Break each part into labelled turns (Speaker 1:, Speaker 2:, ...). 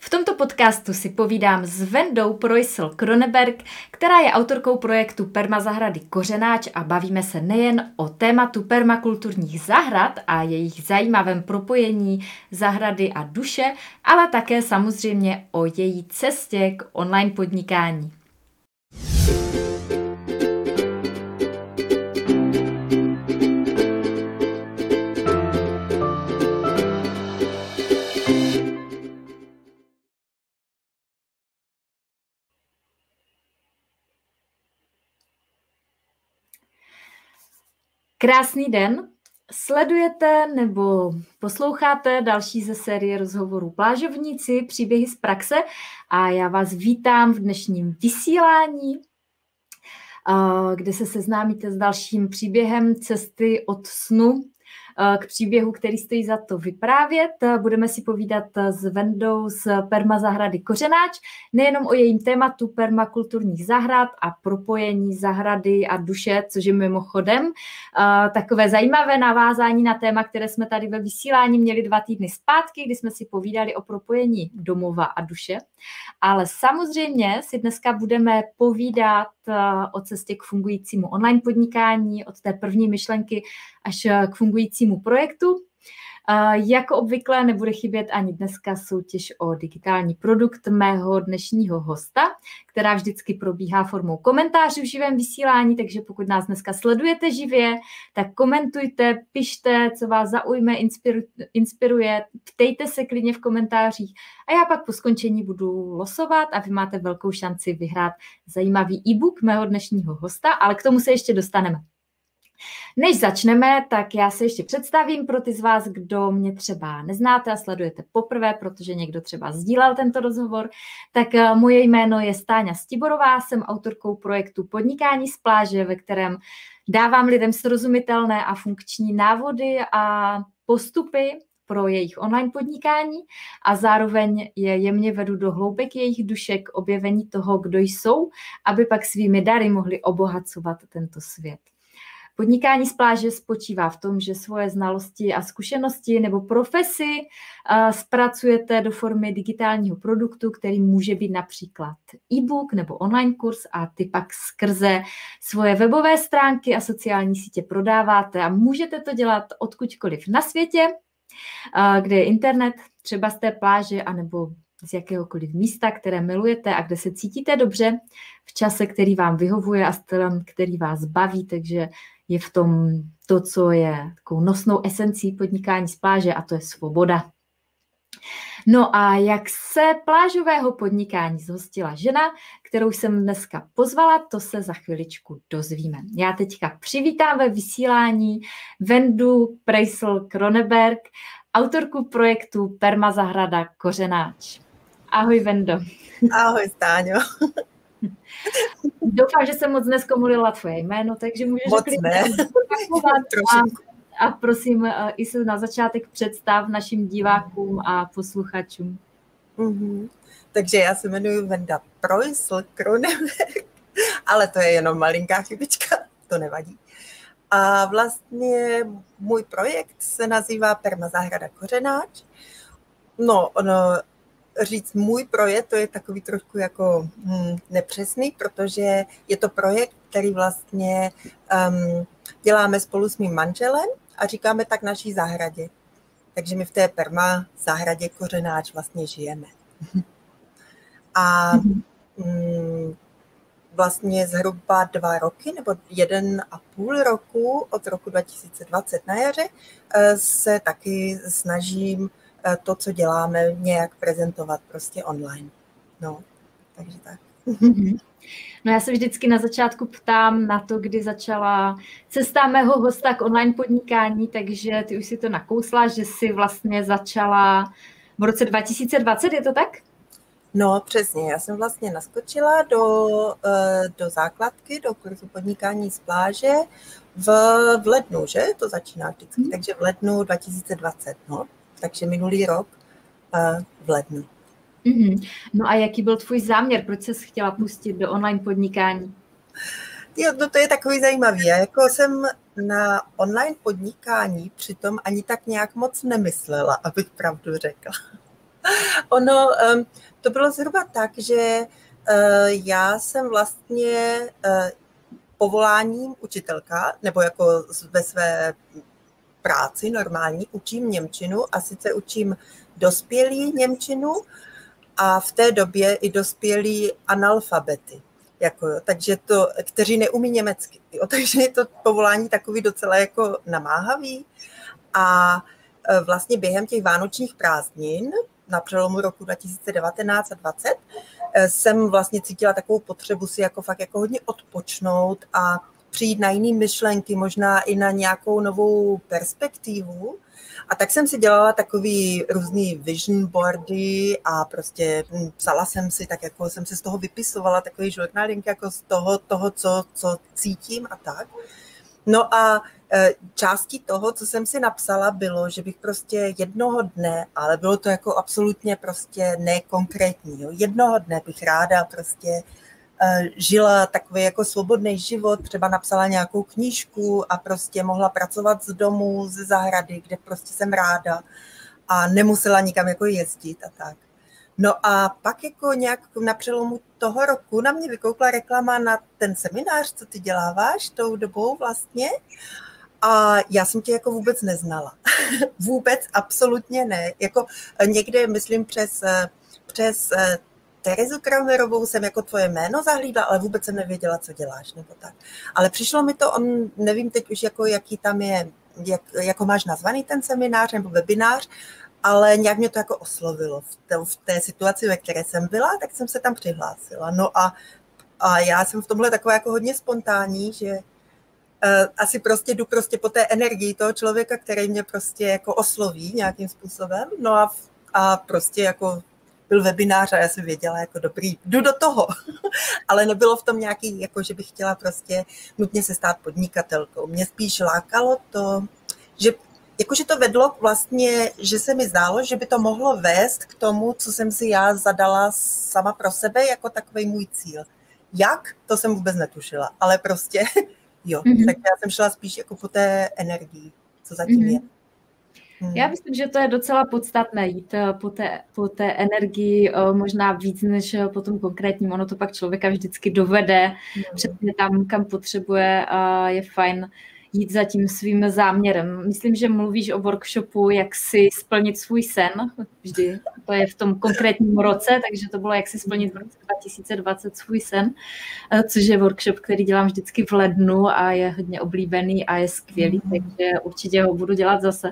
Speaker 1: V tomto podcastu si povídám s Vendou Preussl-Kroneberg, která je autorkou projektu Permazahrady Kořenáč a bavíme se nejen o tématu permakulturních zahrad a jejich zajímavém propojení zahrady a duše, ale také samozřejmě o její cestě k online podnikání. Krásný den, sledujete nebo posloucháte další ze série rozhovorů Plážovníci, příběhy z praxe a já vás vítám v dnešním vysílání, kde se seznámíte s dalším příběhem cesty od snu k příběhu, který stojí za to vyprávět. Budeme si povídat s Vendou z Permazahrady Kořenáč, nejenom o jejím tématu permakulturních zahrad a propojení zahrady a duše, což je mimochodem takové zajímavé navázání na téma, které jsme tady ve vysílání měli 2 týdny zpátky, kdy jsme si povídali o propojení domova a duše. Ale samozřejmě si dneska budeme povídat o cestě k fungujícímu online podnikání, od té první myšlenky až k fungujícímu projektu. Jako obvykle nebude chybět ani dneska soutěž o digitální produkt mého dnešního hosta, která vždycky probíhá formou komentářů v živém vysílání, takže pokud nás dneska sledujete živě, tak komentujte, pište, co vás zaujme, inspiruje, ptejte se klidně v komentářích a já pak po skončení budu losovat a vy máte velkou šanci vyhrát zajímavý e-book mého dnešního hosta, ale k tomu se ještě dostaneme. Než začneme, tak já se ještě představím pro ty z vás, kdo mě třeba neznáte a sledujete poprvé, protože někdo třeba sdílel tento rozhovor, tak moje jméno je Stáňa Stiborová, jsem autorkou projektu Podnikání z pláže, ve kterém dávám lidem srozumitelné a funkční návody a postupy pro jejich online podnikání a zároveň je jemně vedu do hloubek jejich duše k objevení toho, kdo jsou, aby pak svými dary mohli obohacovat tento svět. Podnikání z pláže spočívá v tom, že svoje znalosti a zkušenosti nebo profesi zpracujete do formy digitálního produktu, který může být například e-book nebo online kurz a ty pak skrze svoje webové stránky a sociální sítě prodáváte a můžete to dělat odkudkoliv na světě, kde je internet, třeba z té pláže anebo z jakéhokoliv místa, které milujete a kde se cítíte dobře v čase, který vám vyhovuje a stylem, který vás baví, takže je v tom to, co je takovou nosnou esencí podnikání z pláže a to je svoboda. No a jak se plážového podnikání zhostila žena, kterou jsem dneska pozvala, to se za chviličku dozvíme. Já teďka přivítám ve vysílání Vendu Preussl-Kroneberg, autorku projektu Permazahrada Kořenáč. Ahoj, Vendo.
Speaker 2: Ahoj, Stáňo.
Speaker 1: Doufám, že jsem moc nezkomolila tvoje jméno, takže můžeš klidně a prosím i se na začátek představ našim divákům a posluchačům.
Speaker 2: Mm-hmm. Takže já se jmenuji Venda Preussl-Kroneberg, ale to je jenom malinká chybička, to nevadí. A vlastně můj projekt se nazývá Permazahrada Kořenáč. Říct můj projekt, to je takový trošku jako nepřesný, protože je to projekt, který vlastně děláme spolu s mým manželem a říkáme tak naší zahradě. Takže my v té Permazahradě Kořenáč vlastně žijeme. A vlastně zhruba 2 roky nebo 1,5 roku od roku 2020 na jaře se taky snažím to, co děláme, nějak prezentovat prostě online. No, takže tak.
Speaker 1: No já se vždycky na začátku ptám na to, kdy začala cesta mého hosta k online podnikání, takže ty už si to nakousla, že jsi vlastně začala v roce 2020, je to tak?
Speaker 2: No, přesně. Já jsem vlastně naskočila do základky, do kurzu podnikání z pláže v lednu, že? To začíná vždycky, takže v lednu 2020, no. Takže minulý rok v lednu.
Speaker 1: No a jaký byl tvůj záměr? Proč jsi chtěla pustit do online podnikání?
Speaker 2: Jo, no to je takový zajímavý. Já jako jsem na online podnikání přitom ani tak nějak moc nemyslela, abych pravdu řekla. To bylo zhruba tak, že já jsem vlastně povoláním učitelka, nebo jako ve své práci normální učím němčinu a sice učím dospělý němčinu a v té době i dospělí analfabety. Jako, takže to, kteří neumí německy. Jo, takže je to povolání takový docela jako namáhavý. A vlastně během těch vánočních prázdnin na přelomu roku 2019 a 2020 jsem vlastně cítila takovou potřebu si jako fakt jako hodně odpočnout a přijít na jiné myšlenky, možná i na nějakou novou perspektivu. A tak jsem si dělala takový různý vision boardy a prostě psala jsem si, tak jako jsem si z toho vypisovala takový žurnálink jako z toho co cítím a tak. No a částí toho, co jsem si napsala, bylo, že bych prostě jednoho dne, ale bylo to jako absolutně prostě nekonkrétní, jo, jednoho dne bych ráda prostě žila takový jako svobodný život, třeba napsala nějakou knížku a prostě mohla pracovat z domu, ze zahrady, kde prostě jsem ráda a nemusela nikam jako jezdit a tak. No a pak jako nějak na přelomu toho roku na mě vykoukla reklama na ten seminář, co ty děláváš tou dobou vlastně. A já jsem tě jako vůbec neznala. Vůbec, absolutně ne. Jako někde, myslím, přes Terezu Kramerovou jsem jako tvoje jméno zahlídla, ale vůbec jsem nevěděla, co děláš, nebo tak. Ale přišlo mi to, nevím teď už, jako, jaký tam je, jako máš nazvaný ten seminář nebo webinář, ale nějak mě to jako oslovilo v té situaci, ve které jsem byla, tak jsem se tam přihlásila. No a já jsem v tomhle taková jako hodně spontánní, že asi prostě jdu prostě po té energii toho člověka, který mě prostě jako osloví nějakým způsobem. No a prostě jako byl webinář a já jsem věděla, jako dobrý, jdu do toho. Ale nebylo v tom nějaký, jako že bych chtěla prostě nutně se stát podnikatelkou. Mě spíš lákalo to, že jakože to vedlo vlastně, že se mi zdálo, že by to mohlo vést k tomu, co jsem si já zadala sama pro sebe jako takový můj cíl. Jak? To jsem vůbec netušila, ale prostě jo. Tak já jsem šla spíš jako po té co zatím je.
Speaker 1: Já myslím, že to je docela podstatné jít po té energii, možná víc než po tom konkrétním. Ono to pak člověka vždycky dovede přesně tam, kam potřebuje. Je fajn jít za tím svým záměrem. Myslím, že mluvíš o workshopu, jak si splnit svůj sen. Vždy to je v tom konkrétním roce, takže to bylo, jak si splnit v roce 2020 svůj sen, což je workshop, který dělám vždycky v lednu a je hodně oblíbený a je skvělý, takže určitě ho budu dělat zase.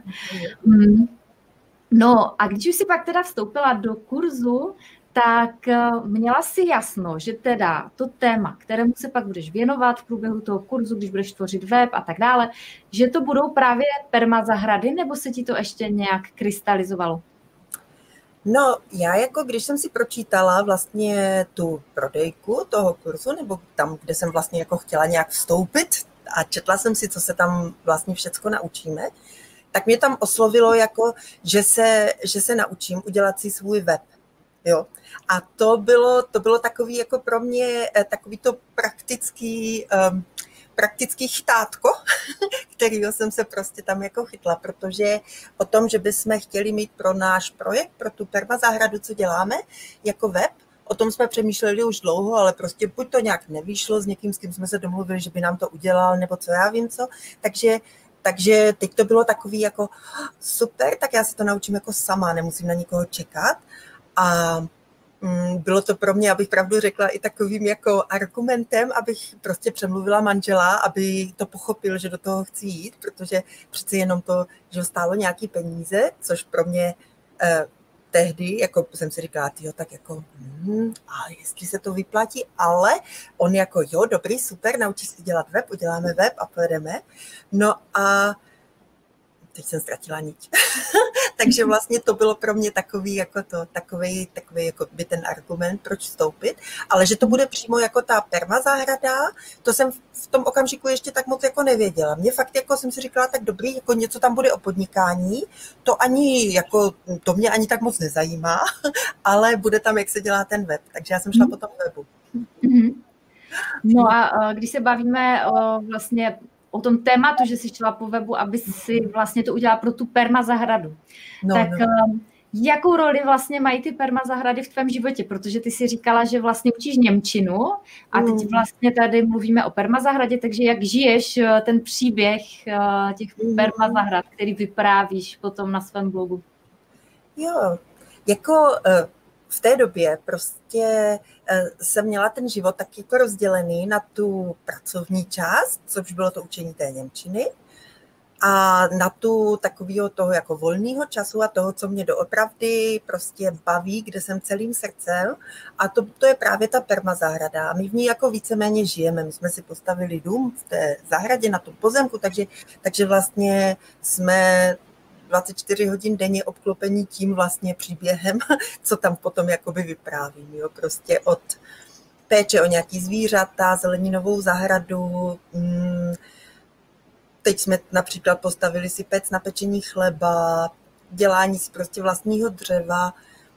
Speaker 1: No a když už si pak teda vstoupila do kurzu, tak měla si jasno, že teda to téma, kterému se pak budeš věnovat v průběhu toho kurzu, když budeš tvořit web a tak dále, že to budou právě permazahrady, nebo se ti to ještě nějak krystalizovalo?
Speaker 2: No, já jako když jsem si pročítala vlastně tu prodejku toho kurzu, nebo tam, kde jsem vlastně jako chtěla nějak vstoupit a četla jsem si, co se tam vlastně všecko naučíme, tak mě tam oslovilo jako, že se naučím udělat si svůj web. Jo. A to bylo takový jako pro mě takový to praktický chytátko, kterýho jsem se prostě tam jako chytla, protože o tom, že bychom chtěli mít pro náš projekt, pro tu permazahradu, co děláme, jako web, o tom jsme přemýšleli už dlouho, ale prostě buď to nějak nevyšlo s někým, s kým jsme se domluvili, že by nám to udělal, nebo co já vím co, takže teď to bylo takový jako super, tak já se to naučím jako sama, nemusím na nikoho čekat. A bylo to pro mě, abych pravdu řekla, i takovým jako argumentem, abych prostě přemluvila manžela, aby to pochopil, že do toho chci jít, protože přeci jenom to, že stálo nějaký peníze, což pro mě tehdy, jako jsem si říkala, tyjo, tak jako, a jestli se to vyplatí, ale on jako, jo, dobrý, super, naučí se dělat web, uděláme web a pojedeme. No a teď jsem ztratila niť. Takže vlastně to bylo pro mě takový jako by ten argument, proč vstoupit, ale že to bude přímo jako ta permazahrada, to jsem v tom okamžiku ještě tak moc jako nevěděla. Mě fakt jako jsem si říkala, tak dobrý, jako něco tam bude o podnikání, to mě ani tak moc nezajímá, ale bude tam, jak se dělá ten web, takže já jsem šla po tom webu.
Speaker 1: No a když se bavíme vlastně o tom tématu, že jsi šla po webu, aby si vlastně to udělala pro tu permazahradu. Jakou roli vlastně mají ty permazahrady v tvém životě? Protože ty si říkala, že vlastně učíš němčinu a teď vlastně tady mluvíme o permazahradě, takže jak žiješ ten příběh těch permazahrad, který vyprávíš potom na svém blogu?
Speaker 2: Jo, jako v té době prostě jsem měla ten život tak jako rozdělený na tu pracovní část, což bylo to učení té němčiny, a na tu takového toho jako volného času a toho, co mě doopravdy prostě baví, kde jsem celým srdcem. A to je právě ta permazahrada. A my v ní jako víceméně žijeme. My jsme si postavili dům v té zahradě na tom pozemku, takže vlastně jsme 24 hodin denně obklopení tím vlastně příběhem, co tam potom jakoby vyprávím. Jo? Prostě od péče o nějaký zvířata, zeleninovou zahradu. Teď jsme například postavili si pec na pečení chleba, dělání si prostě vlastního dřeva,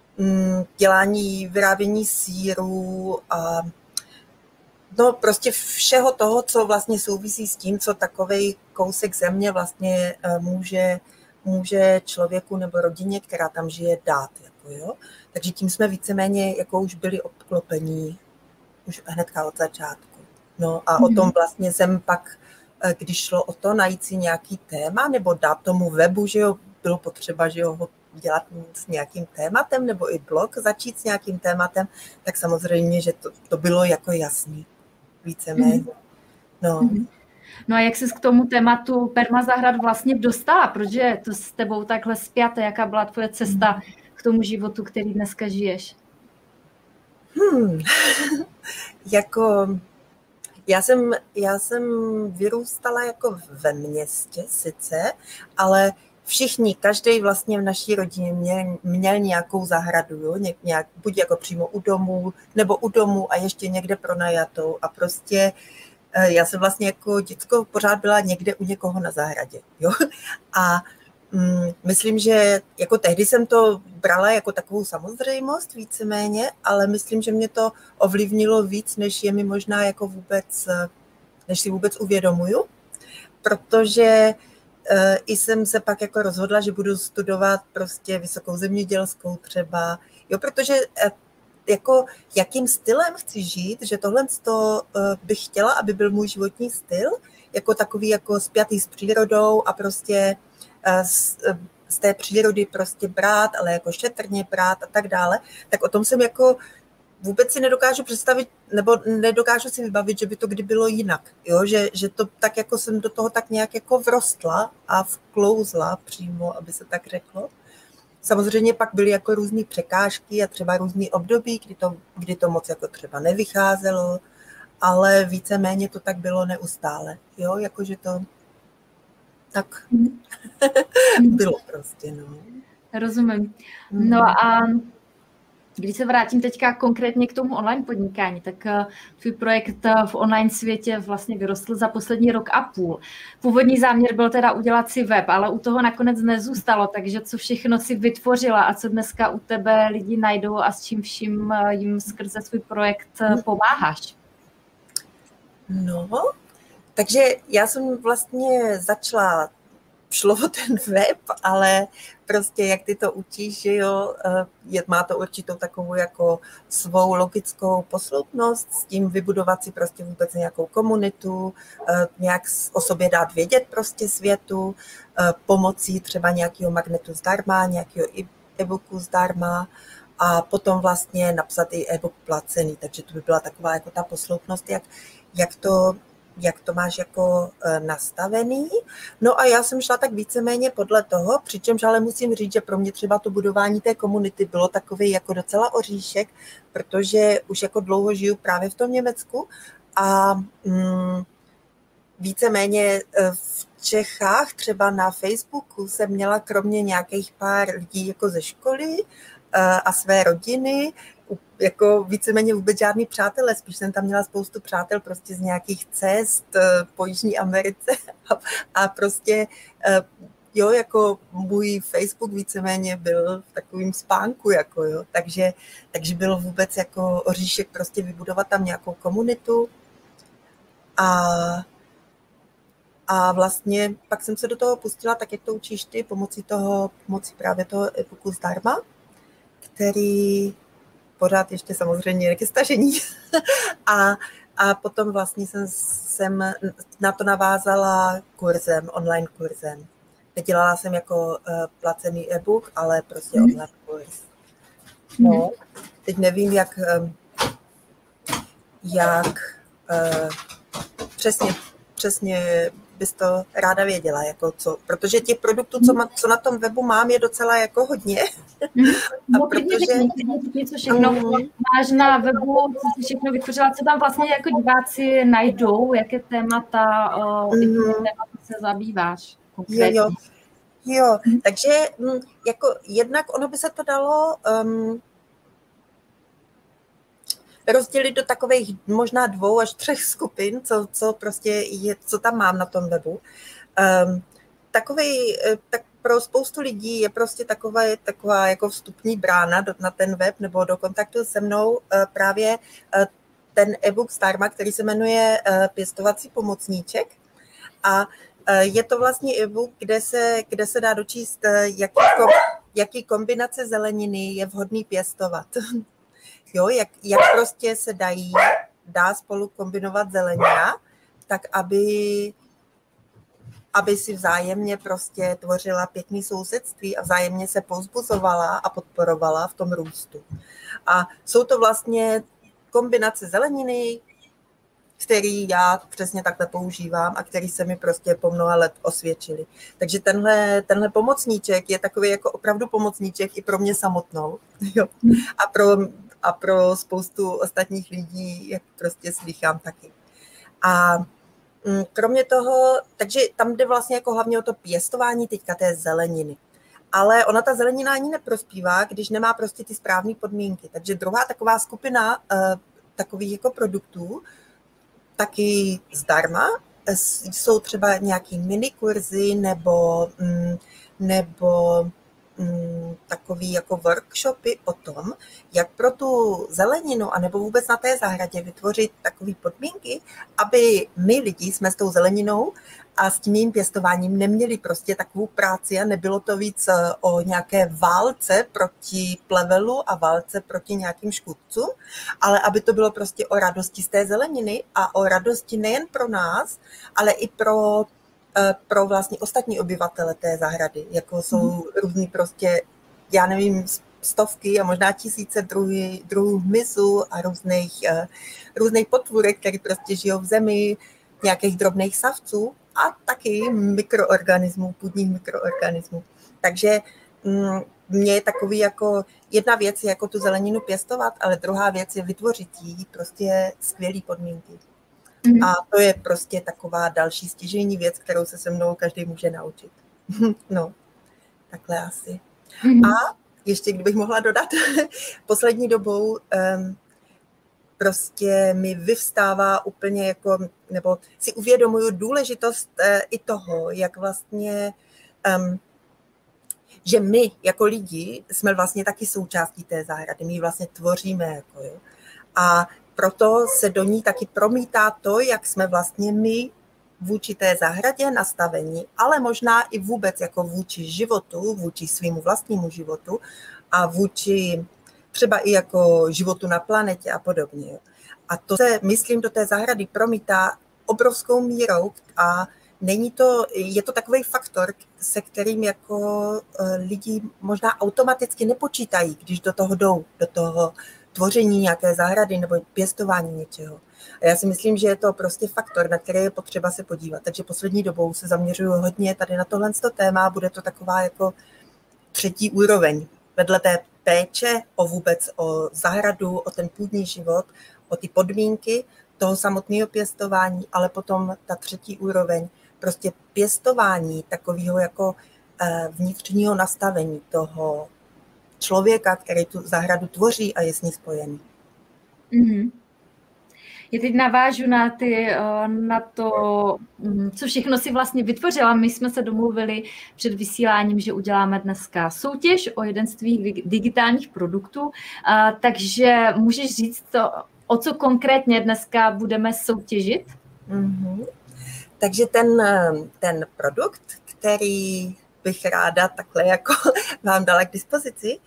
Speaker 2: vyrábění sýrů a no prostě všeho toho, co vlastně souvisí s tím, co takovej kousek země vlastně může člověku nebo rodině, která tam žije, dát. Jako, jo? Takže tím jsme víceméně jako už byli obklopení už hnedka od začátku. No a o tom vlastně jsem pak, když šlo o to najít si nějaký téma nebo dát tomu webu, že jo, bylo potřeba, že jo, ho dělat s nějakým tématem nebo i blog začít s nějakým tématem, tak samozřejmě, že to bylo jako jasný, víceméně. No.
Speaker 1: No a jak jsi k tomu tématu permazahrad vlastně dostala? Protože to s tebou takhle spjaté, jaká byla tvoje cesta k tomu životu, který dneska žiješ?
Speaker 2: Jako já jsem vyrůstala jako ve městě sice, ale všichni, každý vlastně v naší rodině měl nějakou zahradu, jo? Buď jako přímo u domu, nebo u domu a ještě někde pronajatou. A prostě já jsem vlastně jako děcko pořád byla někde u někoho na zahradě. Jo? A myslím, že jako tehdy jsem to brala jako takovou samozřejmost víceméně, ale myslím, že mě to ovlivnilo víc, než je mi možná jako než si vůbec uvědomuju, protože i jsem se pak jako rozhodla, že budu studovat prostě vysokou zemědělskou třeba, jo, protože jako jakým stylem chci žít, že tohle bych chtěla, aby byl můj životní styl, jako takový jako spjatý s přírodou a prostě z té přírody prostě brát, ale jako šetrně brát a tak dále, tak o tom jsem jako vůbec si nedokážu představit, nebo nedokážu si vybavit, že by to kdy bylo jinak. Jo? Že to tak jako jsem do toho tak nějak jako vrostla a vklouzla přímo, aby se tak řeklo. Samozřejmě pak byly jako různé překážky a třeba různý období, kdy to moc jako třeba nevycházelo, ale víceméně to tak bylo neustále. Jo? Jakože to tak bylo prostě. No.
Speaker 1: Rozumím. No a když se vrátím teďka konkrétně k tomu online podnikání, tak tvůj projekt v online světě vlastně vyrostl za poslední rok a půl. Původní záměr byl teda udělat si web, ale u toho nakonec nezůstalo, takže co všechno si vytvořila a co dneska u tebe lidi najdou a s čím vším jim skrze svůj projekt pomáháš?
Speaker 2: No, takže já jsem vlastně začala, šlo o ten web, ale prostě jak ty to učíš, že jo, má to určitou takovou jako svou logickou posloupnost, s tím vybudovat si prostě vůbec nějakou komunitu, nějak o sobě dát vědět prostě světu, pomocí třeba nějakého magnetu zdarma, nějakého e-booku zdarma a potom vlastně napsat i e-book placený, takže to by byla taková jako ta posloupnost, jak to máš jako nastavený. No a já jsem šla tak víceméně podle toho, přičemž ale musím říct, že pro mě třeba to budování té komunity bylo takový jako docela oříšek, protože už jako dlouho žiju právě v tom Německu a víceméně v Čechách třeba na Facebooku jsem měla kromě nějakých pár lidí jako ze školy a své rodiny, jako víceméně vůbec žádný přátelé, spíš jsem tam měla spoustu přátel prostě z nějakých cest po Jižní Americe a prostě jo, jako můj Facebook víceméně byl v takovým spánku, jako jo, takže bylo vůbec jako oříšek prostě vybudovat tam nějakou komunitu A vlastně pak jsem se do toho pustila, tak jak to učíš ty, pomocí právě toho e-booku zdarma, který pořád ještě samozřejmě ke stažení. a potom vlastně jsem na to navázala online kurzem. Nedělala jsem jako placený e-book, ale prostě online kurz. No, teď nevím, jak přesně bys to ráda věděla, jako co, protože těch produktů, co na tom webu mám, je docela jako hodně.
Speaker 1: No, protože něco všechno máš na webu, co jsi všechno vytvořila, co tam vlastně jako diváci najdou, jaké témata se zabýváš konkrétně.
Speaker 2: Jo. Takže jako jednak ono by se to dalo rozdělit do takových možná 2 až 3 skupin, co prostě je, co tam mám na tom webu. Tak pro spoustu lidí je prostě taková jako vstupní brána na ten web nebo do kontaktu se mnou právě ten e-book zdarma, který se jmenuje Pěstovací pomocníček. A je to vlastně e-book, kde se dá dočíst, jaký kombinace zeleniny je vhodný pěstovat. Jo, jak prostě se dá spolu kombinovat zelenina, tak aby si vzájemně prostě tvořila pěkný sousedství a vzájemně se povzbuzovala a podporovala v tom růstu. A jsou to vlastně kombinace zeleniny, který já přesně takhle používám a který se mi prostě po mnoha let osvědčily. Takže tenhle pomocníček je takový jako opravdu pomocníček i pro mě samotnou. Jo. A pro spoustu ostatních lidí, jak prostě slýchám taky. A kromě toho, takže tam jde vlastně jako hlavně o to pěstování teďka té zeleniny. Ale ona ta zelenina ani neprospívá, když nemá prostě ty správné podmínky. Takže druhá taková skupina takových jako produktů, taky zdarma, jsou třeba nějaký minikurzy nebo takový jako workshopy o tom, jak pro tu zeleninu anebo vůbec na té zahradě vytvořit takové podmínky, aby my lidi jsme s tou zeleninou a s tím jejím pěstováním neměli prostě takovou práci a nebylo to víc o nějaké válce proti plevelu a válce proti nějakým škůdcům, ale aby to bylo prostě o radosti z té zeleniny a o radosti nejen pro nás, ale i pro vlastně ostatní obyvatele té zahrady, jako jsou různý prostě, já nevím, stovky a možná tisíce druhů hmyzu a různých potvůrek, které prostě žijou v zemi, nějakých drobných savců a taky mikroorganismů, půdních mikroorganismů. Takže mě je takový jako, jedna věc je jako tu zeleninu pěstovat, ale druhá věc je vytvořit jí prostě skvělý podmínky. A to je prostě taková další stěžejní věc, kterou se mnou každý může naučit. No, takhle asi. A ještě, kdybych mohla dodat, poslední dobou prostě mi vyvstává úplně jako, nebo si uvědomuju důležitost i toho, jak vlastně, že my jako lidi jsme vlastně taky součástí té zahrady, my ji vlastně tvoříme. Jako, jo. A proto se do ní taky promítá to, jak jsme vlastně my vůči té zahradě nastavení, ale možná i vůbec jako vůči životu, vůči svýmu vlastnímu životu a vůči třeba i jako životu na planetě a podobně. A to se, myslím, do té zahrady promítá obrovskou mírou a je to takový faktor, se kterým jako lidi možná automaticky nepočítají, když do toho jdou, do toho tvoření nějaké zahrady nebo pěstování něčeho. A já si myslím, že je to prostě faktor, na který je potřeba se podívat. Takže poslední dobou se zaměřuju hodně tady na tohle téma, bude to taková jako 3. úroveň. Vedle té péče o zahradu, o ten půdní život, o ty podmínky toho samotného pěstování, ale potom ta 3. úroveň, prostě pěstování takového jako vnitřního nastavení toho člověka, který tu zahradu tvoří a je s ní spojený.
Speaker 1: Já teď navážu na to, co všechno si vlastně vytvořila. My jsme se domluvili před vysíláním, že uděláme dneska soutěž o jeden z tvých digitálních produktů, takže můžeš říct, o co konkrétně dneska budeme soutěžit?
Speaker 2: Takže ten produkt, který bych ráda takhle jako vám dala k dispozici,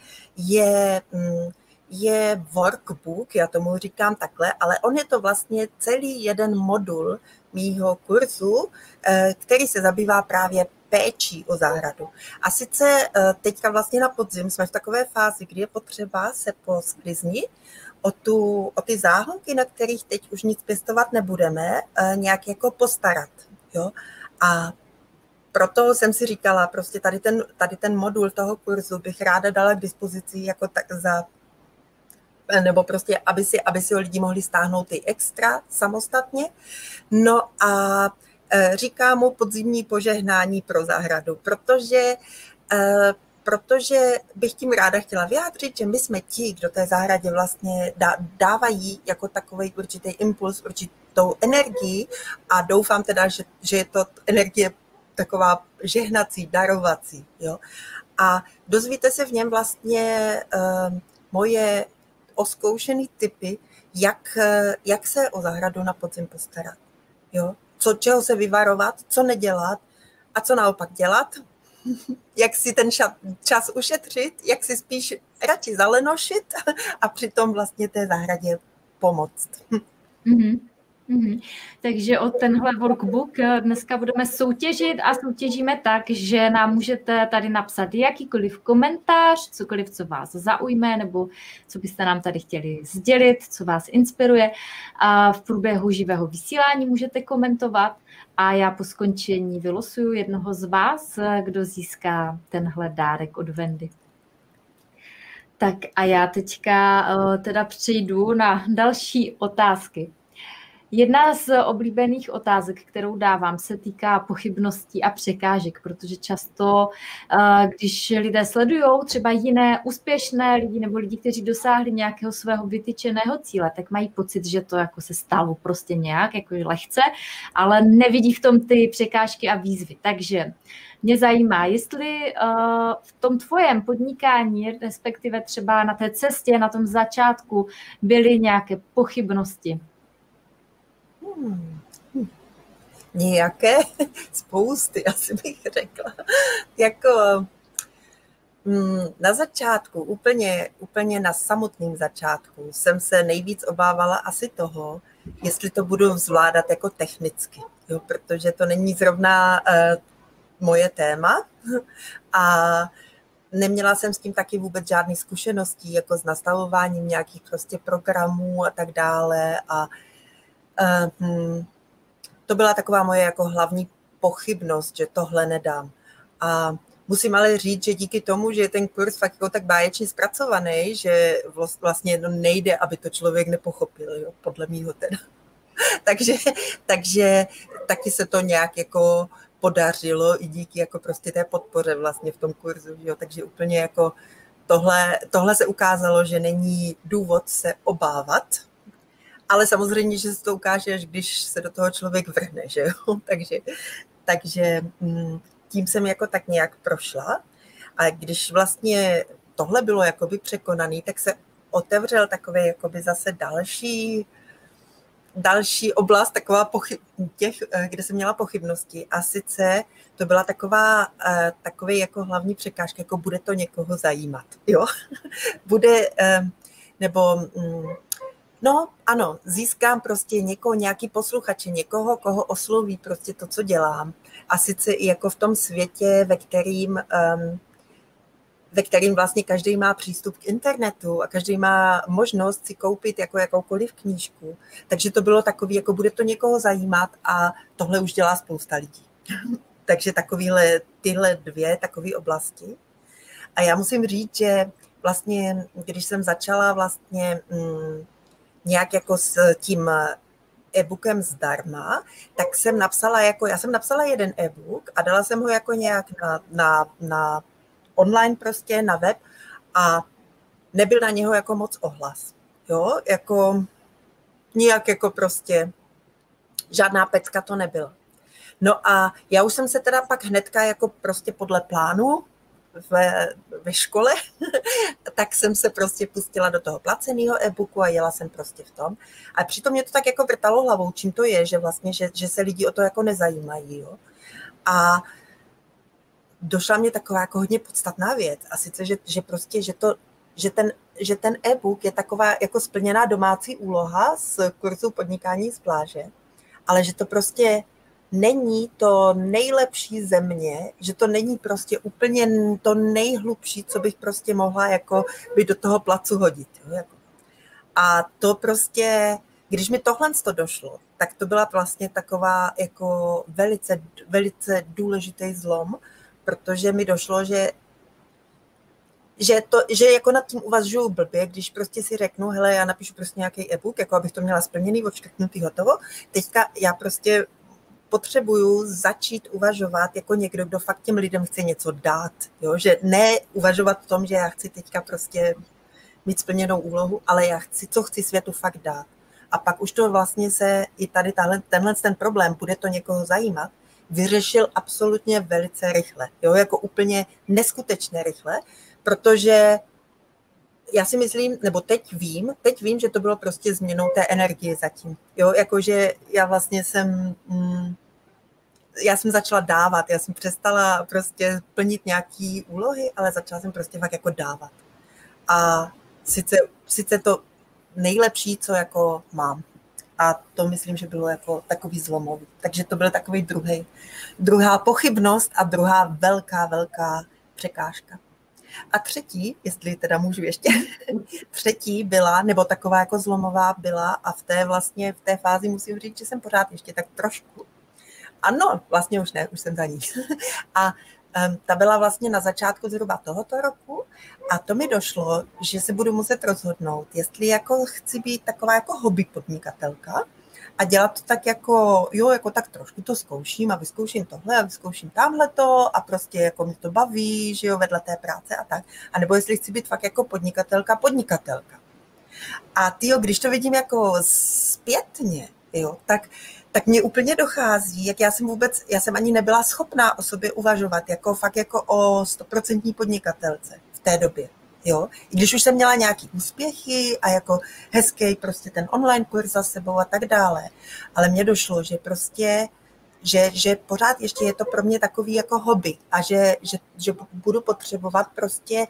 Speaker 2: je workbook, já tomu říkám takhle, ale on je to vlastně celý jeden modul mýho kurzu, který se zabývá právě péčí o zahradu. A sice teďka vlastně na podzim jsme v takové fázi, kdy je potřeba se po sklizni o ty záhonky, na kterých teď už nic pěstovat nebudeme, nějak jako postarat. Jo? A proto jsem si říkala, prostě tady ten modul toho kurzu bych ráda dala k dispozici jako tak nebo prostě, aby si ho lidi mohli stáhnout i extra samostatně. No a říkám mu podzimní požehnání pro zahradu, protože bych tím ráda chtěla vyjádřit, že my jsme ti, kdo té zahradě vlastně dávají jako takový určitý impuls, určitou energii a doufám teda, že je to energie taková žehnací, darovací. Jo? A dozvíte se v něm vlastně moje oskoušený tipy, jak se o zahradu na podzim postarat. Jo? Čeho se vyvarovat, co nedělat a co naopak dělat, jak si ten čas ušetřit, jak si spíš radši zalenošit a přitom vlastně té zahradě pomoct.
Speaker 1: Mm-hmm. Takže o tenhle workbook dneska budeme soutěžit a soutěžíme tak, že nám můžete tady napsat jakýkoliv komentář, cokoliv, co vás zaujme, nebo co byste nám tady chtěli sdělit, co vás inspiruje. A v průběhu živého vysílání můžete komentovat a já po skončení vylosuju jednoho z vás, kdo získá tenhle dárek od Wendy. Tak a já teďka teda přejdu na další otázky. Jedna z oblíbených otázek, kterou dávám, se týká pochybností a překážek, protože často, když lidé sledují třeba jiné úspěšné lidi nebo lidi, kteří dosáhli nějakého svého vytyčeného cíle, tak mají pocit, že to jako se stalo prostě nějak, jako lehce, ale nevidí v tom ty překážky a výzvy. Takže mě zajímá, jestli v tom tvojem podnikání, respektive třeba na té cestě, na tom začátku, byly nějaké pochybnosti.
Speaker 2: Nějaké spousty, asi bych řekla. Jako na začátku, úplně na samotném začátku jsem se nejvíc obávala asi toho, jestli to budu zvládat jako technicky, jo, protože to není zrovna moje téma a neměla jsem s tím taky vůbec žádný zkušeností, jako s nastavováním nějakých prostě programů a tak dále a to byla taková moje jako hlavní pochybnost, že tohle nedám. A musím ale říct, že díky tomu, že je ten kurz fakt jako tak báječně zpracovaný, že vlastně nejde, aby to člověk nepochopil, jo, podle mýho teda. takže taky se to nějak jako podařilo i díky jako prostě té podpoře vlastně v tom kurzu, jo. Takže úplně jako tohle se ukázalo, že není důvod se obávat. Ale samozřejmě, že se to ukáže, až když se do toho člověk vrhne, že jo? Takže tím jsem jako tak nějak prošla. A když vlastně tohle bylo jakoby překonaný, tak se otevřel takový jakoby zase další oblast, kde jsem měla pochybnosti. A sice to byla takový jako hlavní překážka, jako bude to někoho zajímat, jo? No ano, získám prostě nějaký posluchače, někoho, koho osloví prostě to, co dělám. A sice i jako v tom světě, ve kterým vlastně každý má přístup k internetu a každý má možnost si koupit jako jakoukoliv knížku. Takže to bylo takový, jako bude to někoho zajímat a tohle už dělá spousta lidí. Takže tyhle dvě takové oblasti. A já musím říct, že vlastně, když jsem začala vlastně nějak jako s tím e-bookem zdarma, tak já jsem napsala jeden e-book a dala jsem ho jako nějak na online prostě, na web a nebyl na něho jako moc ohlas. Jo, jako nijak jako prostě žádná pecka to nebyla. No a já už jsem se teda pak hnedka jako prostě podle plánu ve škole, tak jsem se prostě pustila do toho placeného e-booku a jela jsem prostě v tom. A přitom mě to tak jako vrtalo hlavou, čím to je, že vlastně, že se lidi o to jako nezajímají. Jo? A došla mě taková jako hodně podstatná věc. A sice, že prostě, že ten e-book je taková jako splněná domácí úloha z kurzu podnikání z pláže, ale že to prostě není to nejlepší ze mě, že to není prostě úplně to nejhlubší, co bych prostě mohla jako by do toho placu hodit. Jo, jako. A to prostě, když mi tohle došlo, tak to byla vlastně taková jako velice, velice důležitý zlom, protože mi došlo, že jako nad tím uvažuju blbě, když prostě si řeknu, hele, já napíšu prostě nějaký e-book, jako abych to měla splněný, odškrtnutý, hotovo. Teďka já prostě potřebuju začít uvažovat jako někdo, kdo fakt těm lidem chce něco dát. Jo? Že ne uvažovat v tom, že já chci teďka prostě mít splněnou úlohu, ale já co chci světu fakt dát. A pak už to vlastně se i tady ten problém, bude to někoho zajímat, vyřešil absolutně velice rychle. Jo? Jako úplně neskutečně rychle, protože já si myslím, nebo teď vím, že to bylo prostě změnou té energie zatím. Jo, jakože já vlastně jsem začala dávat, já jsem přestala prostě plnit nějaký úlohy, ale začala jsem prostě fakt jako dávat. A sice to nejlepší, co jako mám. A to myslím, že bylo jako takový zlomový. Takže to byl takový druhá pochybnost a druhá velká překážka. A třetí, jestli teda můžu ještě, třetí byla, nebo taková jako zlomová byla a v té fázi musím říct, že jsem pořád ještě tak trošku. Ano, vlastně už ne, už jsem za ní. A ta byla vlastně na začátku zhruba tohoto roku a to mi došlo, že se budu muset rozhodnout, jestli jako chci být taková jako hobby podnikatelka a dělat to tak jako, jako tak trošku to zkouším a vyzkouším tohle a vyzkouším tamhleto a prostě jako mě to baví, že jo, vedle té práce a tak. A nebo jestli chci být fakt jako podnikatelka. A když to vidím jako zpětně, jo, tak mě úplně dochází, jak já jsem ani nebyla schopná o sobě uvažovat jako fakt jako o 100% podnikatelce v té době. Jo? I když už jsem měla nějaký úspěchy a jako hezký prostě ten online kurz za sebou a tak dále, ale mně došlo, že prostě, že pořád ještě je to pro mě takový jako hobby a že budu potřebovat prostě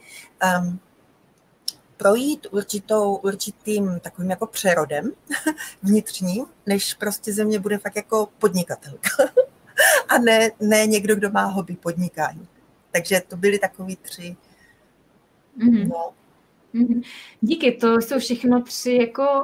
Speaker 2: projít určitým takovým jako přerodem vnitřním, než prostě ze mě bude fakt jako podnikatelka a ne někdo, kdo má hobby podnikání. Takže to byly takový 3. No.
Speaker 1: Díky, to jsou všechno 3 jako,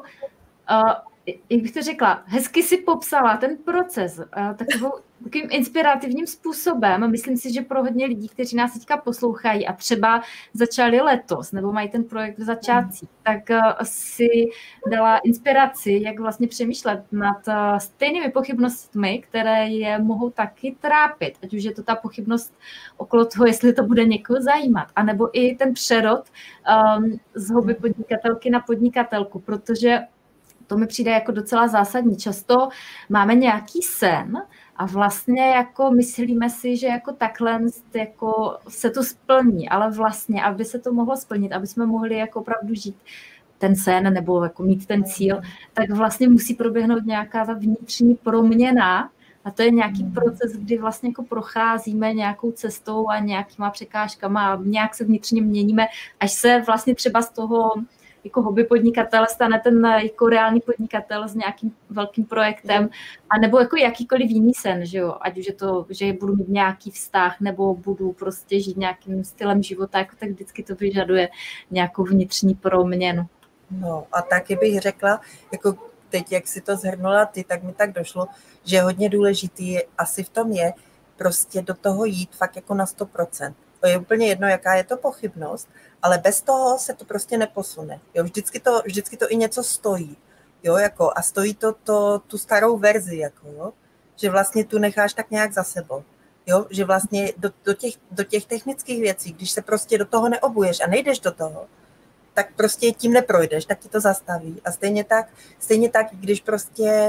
Speaker 1: jak bych to řekla, hezky si popsala ten proces takovým inspirativním způsobem. Myslím si, že pro hodně lidí, kteří nás teďka poslouchají a třeba začali letos nebo mají ten projekt v začátcích, tak si dala inspiraci, jak vlastně přemýšlet nad stejnými pochybnostmi, které je mohou taky trápit. Ať už je to ta pochybnost okolo toho, jestli to bude někoho zajímat, anebo i ten přerod z hobby podnikatelky na podnikatelku, protože to mi přijde jako docela zásadní. Často máme nějaký sen a vlastně jako myslíme si, že jako takhle jako se to splní, ale vlastně, aby se to mohlo splnit, aby jsme mohli jako opravdu žít ten sen nebo jako mít ten cíl, tak vlastně musí proběhnout nějaká ta vnitřní proměna a to je nějaký proces, kdy vlastně jako procházíme nějakou cestou a nějakýma překážkama a nějak se vnitřně měníme, až se vlastně třeba z toho jako hobby podnikatele stane ten jako reálný podnikatel s nějakým velkým projektem, a nebo jako jakýkoliv jiný sen, že jo, ať už je to, že budu mít nějaký vztah, nebo budu prostě žít nějakým stylem života, jako tak vždycky to vyžaduje nějakou vnitřní proměnu.
Speaker 2: No a taky bych řekla, jako teď, jak si to shrnula ty, tak mi tak došlo, že hodně důležitý asi v tom je prostě do toho jít fakt jako na 100%. To je úplně jedno, jaká je to pochybnost, ale bez toho se to prostě neposune. Jo, vždycky to i něco stojí. Jo, jako, a stojí to tu starou verzi, jako, jo, že vlastně tu necháš tak nějak za sebou. Jo, že vlastně do těch technických věcí, když se prostě do toho neobuješ a nejdeš do toho, tak prostě tím neprojdeš, tak ti to zastaví. A stejně tak, když prostě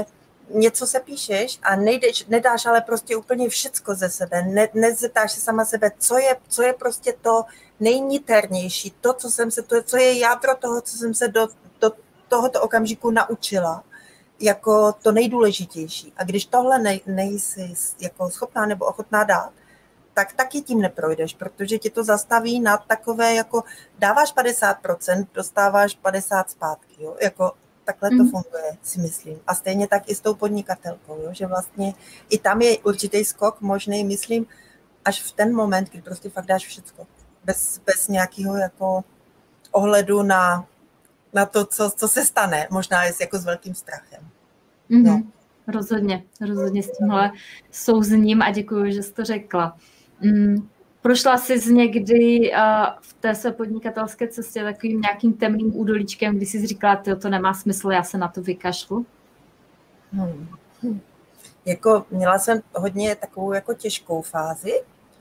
Speaker 2: něco se píšeš a nedáš ale prostě úplně všecko ze sebe, nezeptáš se sama sebe, co je prostě to nejniternější, co je jádro toho, co jsem se do tohoto okamžiku naučila, jako to nejdůležitější. A když tohle nejsi jako schopná nebo ochotná dát, tak taky tím neprojdeš, protože ti to zastaví na takové, jako dáváš 50%, dostáváš 50% zpátky, jo? Jako takhle to funguje, si myslím. A stejně tak i s tou podnikatelkou, jo? Že vlastně i tam je určitý skok možný, myslím, až v ten moment, kdy prostě fakt dáš všecko. Bez nějakého jako ohledu na to, co se stane, možná je jako s velkým strachem.
Speaker 1: No. Rozhodně s tímhle souzním a děkuji, že jsi to řekla. Prošla jsi někdy v té své podnikatelské cestě takovým nějakým temným údolíčkem, kdy jsi říkala, to nemá smysl, já se na to vykašlu?
Speaker 2: Jako měla jsem hodně takovou jako těžkou fázi.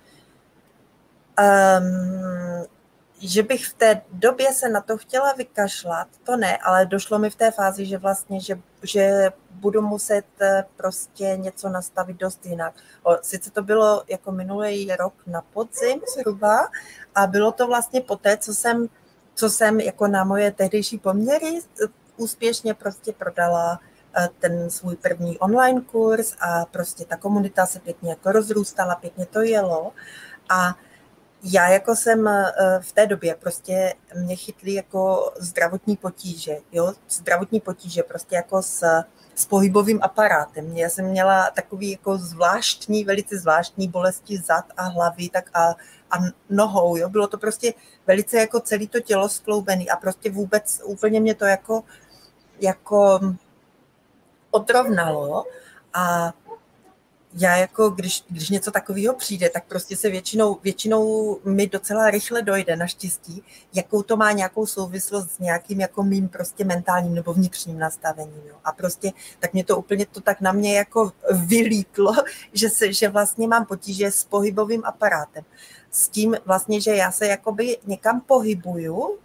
Speaker 2: Že bych v té době se na to chtěla vykašlat, to ne, ale došlo mi v té fázi, že vlastně, že budu muset prostě něco nastavit dost jinak. Sice to bylo jako minulý rok na podzim zhruba a bylo to vlastně poté, co jsem jako na moje tehdejší poměry úspěšně prostě prodala ten svůj první online kurz a prostě ta komunita se pěkně jako rozrůstala, pěkně to jelo a já jako jsem v té době prostě mě chytly jako zdravotní potíže prostě jako s pohybovým aparátem. Já jsem měla takový jako velice zvláštní bolesti zad a hlavy a nohou, jo. Bylo to prostě velice jako celé to tělo skloubené a prostě vůbec úplně mě to jako odrovnalo a já jako, když něco takového přijde, tak prostě se většinou mi docela rychle dojde, naštěstí, jakou to má nějakou souvislost s nějakým jako mým prostě mentálním nebo vnitřním nastavením. Jo. A prostě tak mě to úplně tak na mě jako vylítlo, že vlastně mám potíže s pohybovým aparátem. S tím vlastně, že já se jakoby někam pohybuju,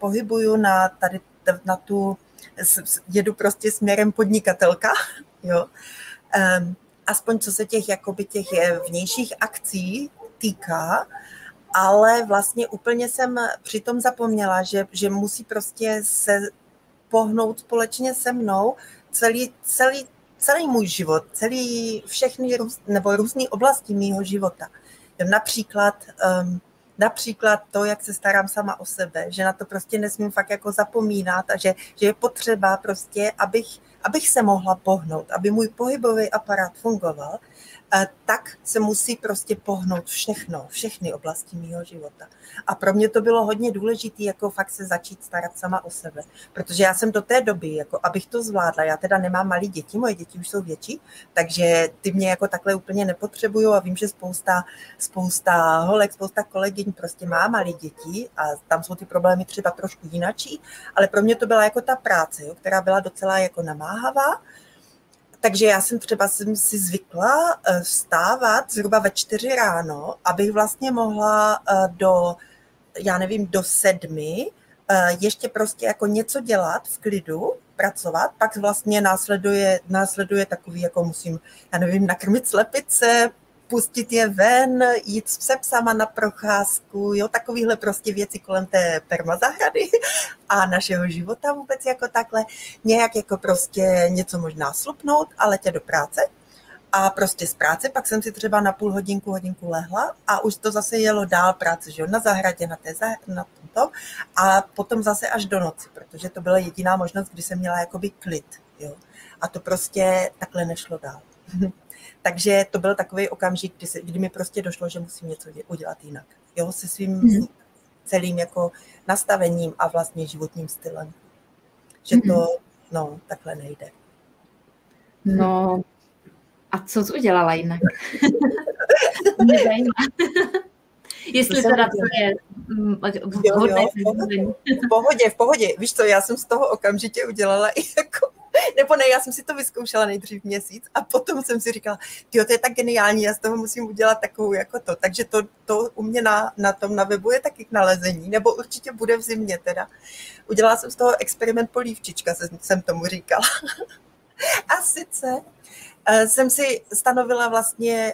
Speaker 2: jedu prostě směrem podnikatelka, jo. Aspoň co se těch vnějších akcí týká, ale vlastně úplně jsem přitom zapomněla, že musí prostě se pohnout společně se mnou celý můj život, všechny různé oblasti mýho života. Například to, jak se starám sama o sebe, že na to prostě nesmím fakt jako zapomínat a že je potřeba prostě, abych se mohla pohnout, aby můj pohybový aparát fungoval, tak se musí prostě pohnout všechny oblasti mýho života. A pro mě to bylo hodně důležité, jako fakt se začít starat sama o sebe, protože já jsem do té doby, jako abych to zvládla, já teda nemám malé děti, moje děti už jsou větší, takže ty mě jako takhle úplně nepotřebují a vím, že spousta holek, spousta kolegyň prostě má malé děti a tam jsou ty problémy třeba trošku jinačí, ale pro mě to byla jako ta práce, jo, která byla docela jako namáhavá. Takže já jsem si zvykla vstávat zhruba ve 4 ráno, abych vlastně mohla do 7 ještě prostě jako něco dělat v klidu, pracovat, pak vlastně následuje takový, jako musím, nakrmit slepice, pustit je ven, jít se psama na procházku, jo, takovýhle prostě věci kolem té permazahrady a našeho života vůbec jako takhle, nějak jako prostě něco možná slupnout a letět do práce. A prostě z práce pak jsem si třeba na půl hodinku lehla a už to zase jelo dál práce, že jo, na zahradě, na tomto a potom zase až do noci, protože to byla jediná možnost, kdy jsem měla jakoby klid, jo. A to prostě takhle nešlo dál. Takže to byl takový okamžik, kdy mi prostě došlo, že musím něco udělat jinak. Jo, se svým celým jako nastavením a vlastně životním stylem. Že to, takhle nejde.
Speaker 1: No, a co jsi udělala jinak? Mě zajímá. Jestli teda to je vhodné.
Speaker 2: V pohodě. Víš co, já jsem z toho okamžitě udělala i jako já jsem si to vyzkoušela nejdřív měsíc a potom jsem si říkala, to je tak geniální, já z toho musím udělat takovou jako to. Takže to u mě na webu je taky k nalezení, nebo určitě bude v zimě teda. Udělala jsem z toho experiment polívčička, jsem tomu říkala. A sice jsem si stanovila vlastně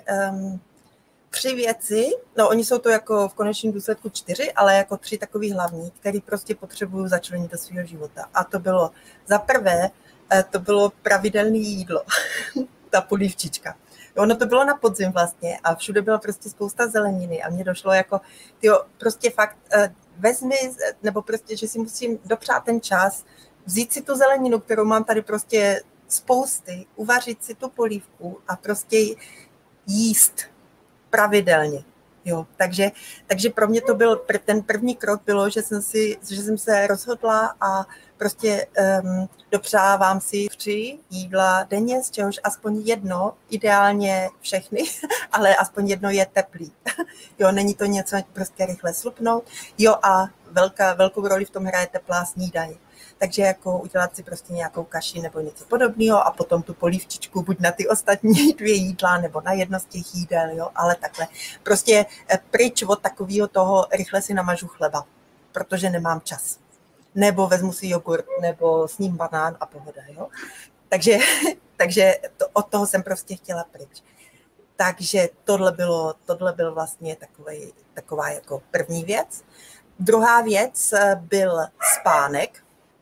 Speaker 2: 3 věci, no oni jsou to jako v konečném důsledku 4, ale jako 3 takový hlavní, který prostě potřebuju začlenit do svého života. A to bylo za prvé, to bylo pravidelné jídlo, ta polívčička. Ono to bylo na podzim vlastně a všude byla prostě spousta zeleniny a mně došlo jako, tyjo, prostě fakt vezmi, nebo prostě, že si musím dopřát ten čas, vzít si tu zeleninu, kterou mám tady prostě spousty, uvařit si tu polívku a prostě jíst pravidelně. Jo, takže pro mě to byl, ten první krok bylo, že jsem se rozhodla a prostě dopřávám si 3 jídla denně, z čehož aspoň jedno, ideálně všechny, ale aspoň jedno je teplý. Jo, není to něco prostě rychle slupnout. Jo, a velkou roli v tom hraje teplá snídaně. Takže jako udělat si prostě nějakou kaši nebo něco podobného a potom tu polívčičku buď na ty ostatní 2 jídla nebo na jedno z těch jídel, jo, ale takhle. Prostě pryč od takového toho rychle si namažu chleba, protože nemám čas. Nebo vezmu si jogurt, nebo sním banán a pohoda, jo. Takže od toho jsem prostě chtěla pryč. Takže tohle byl vlastně taková jako první věc. Druhá věc byl spánek.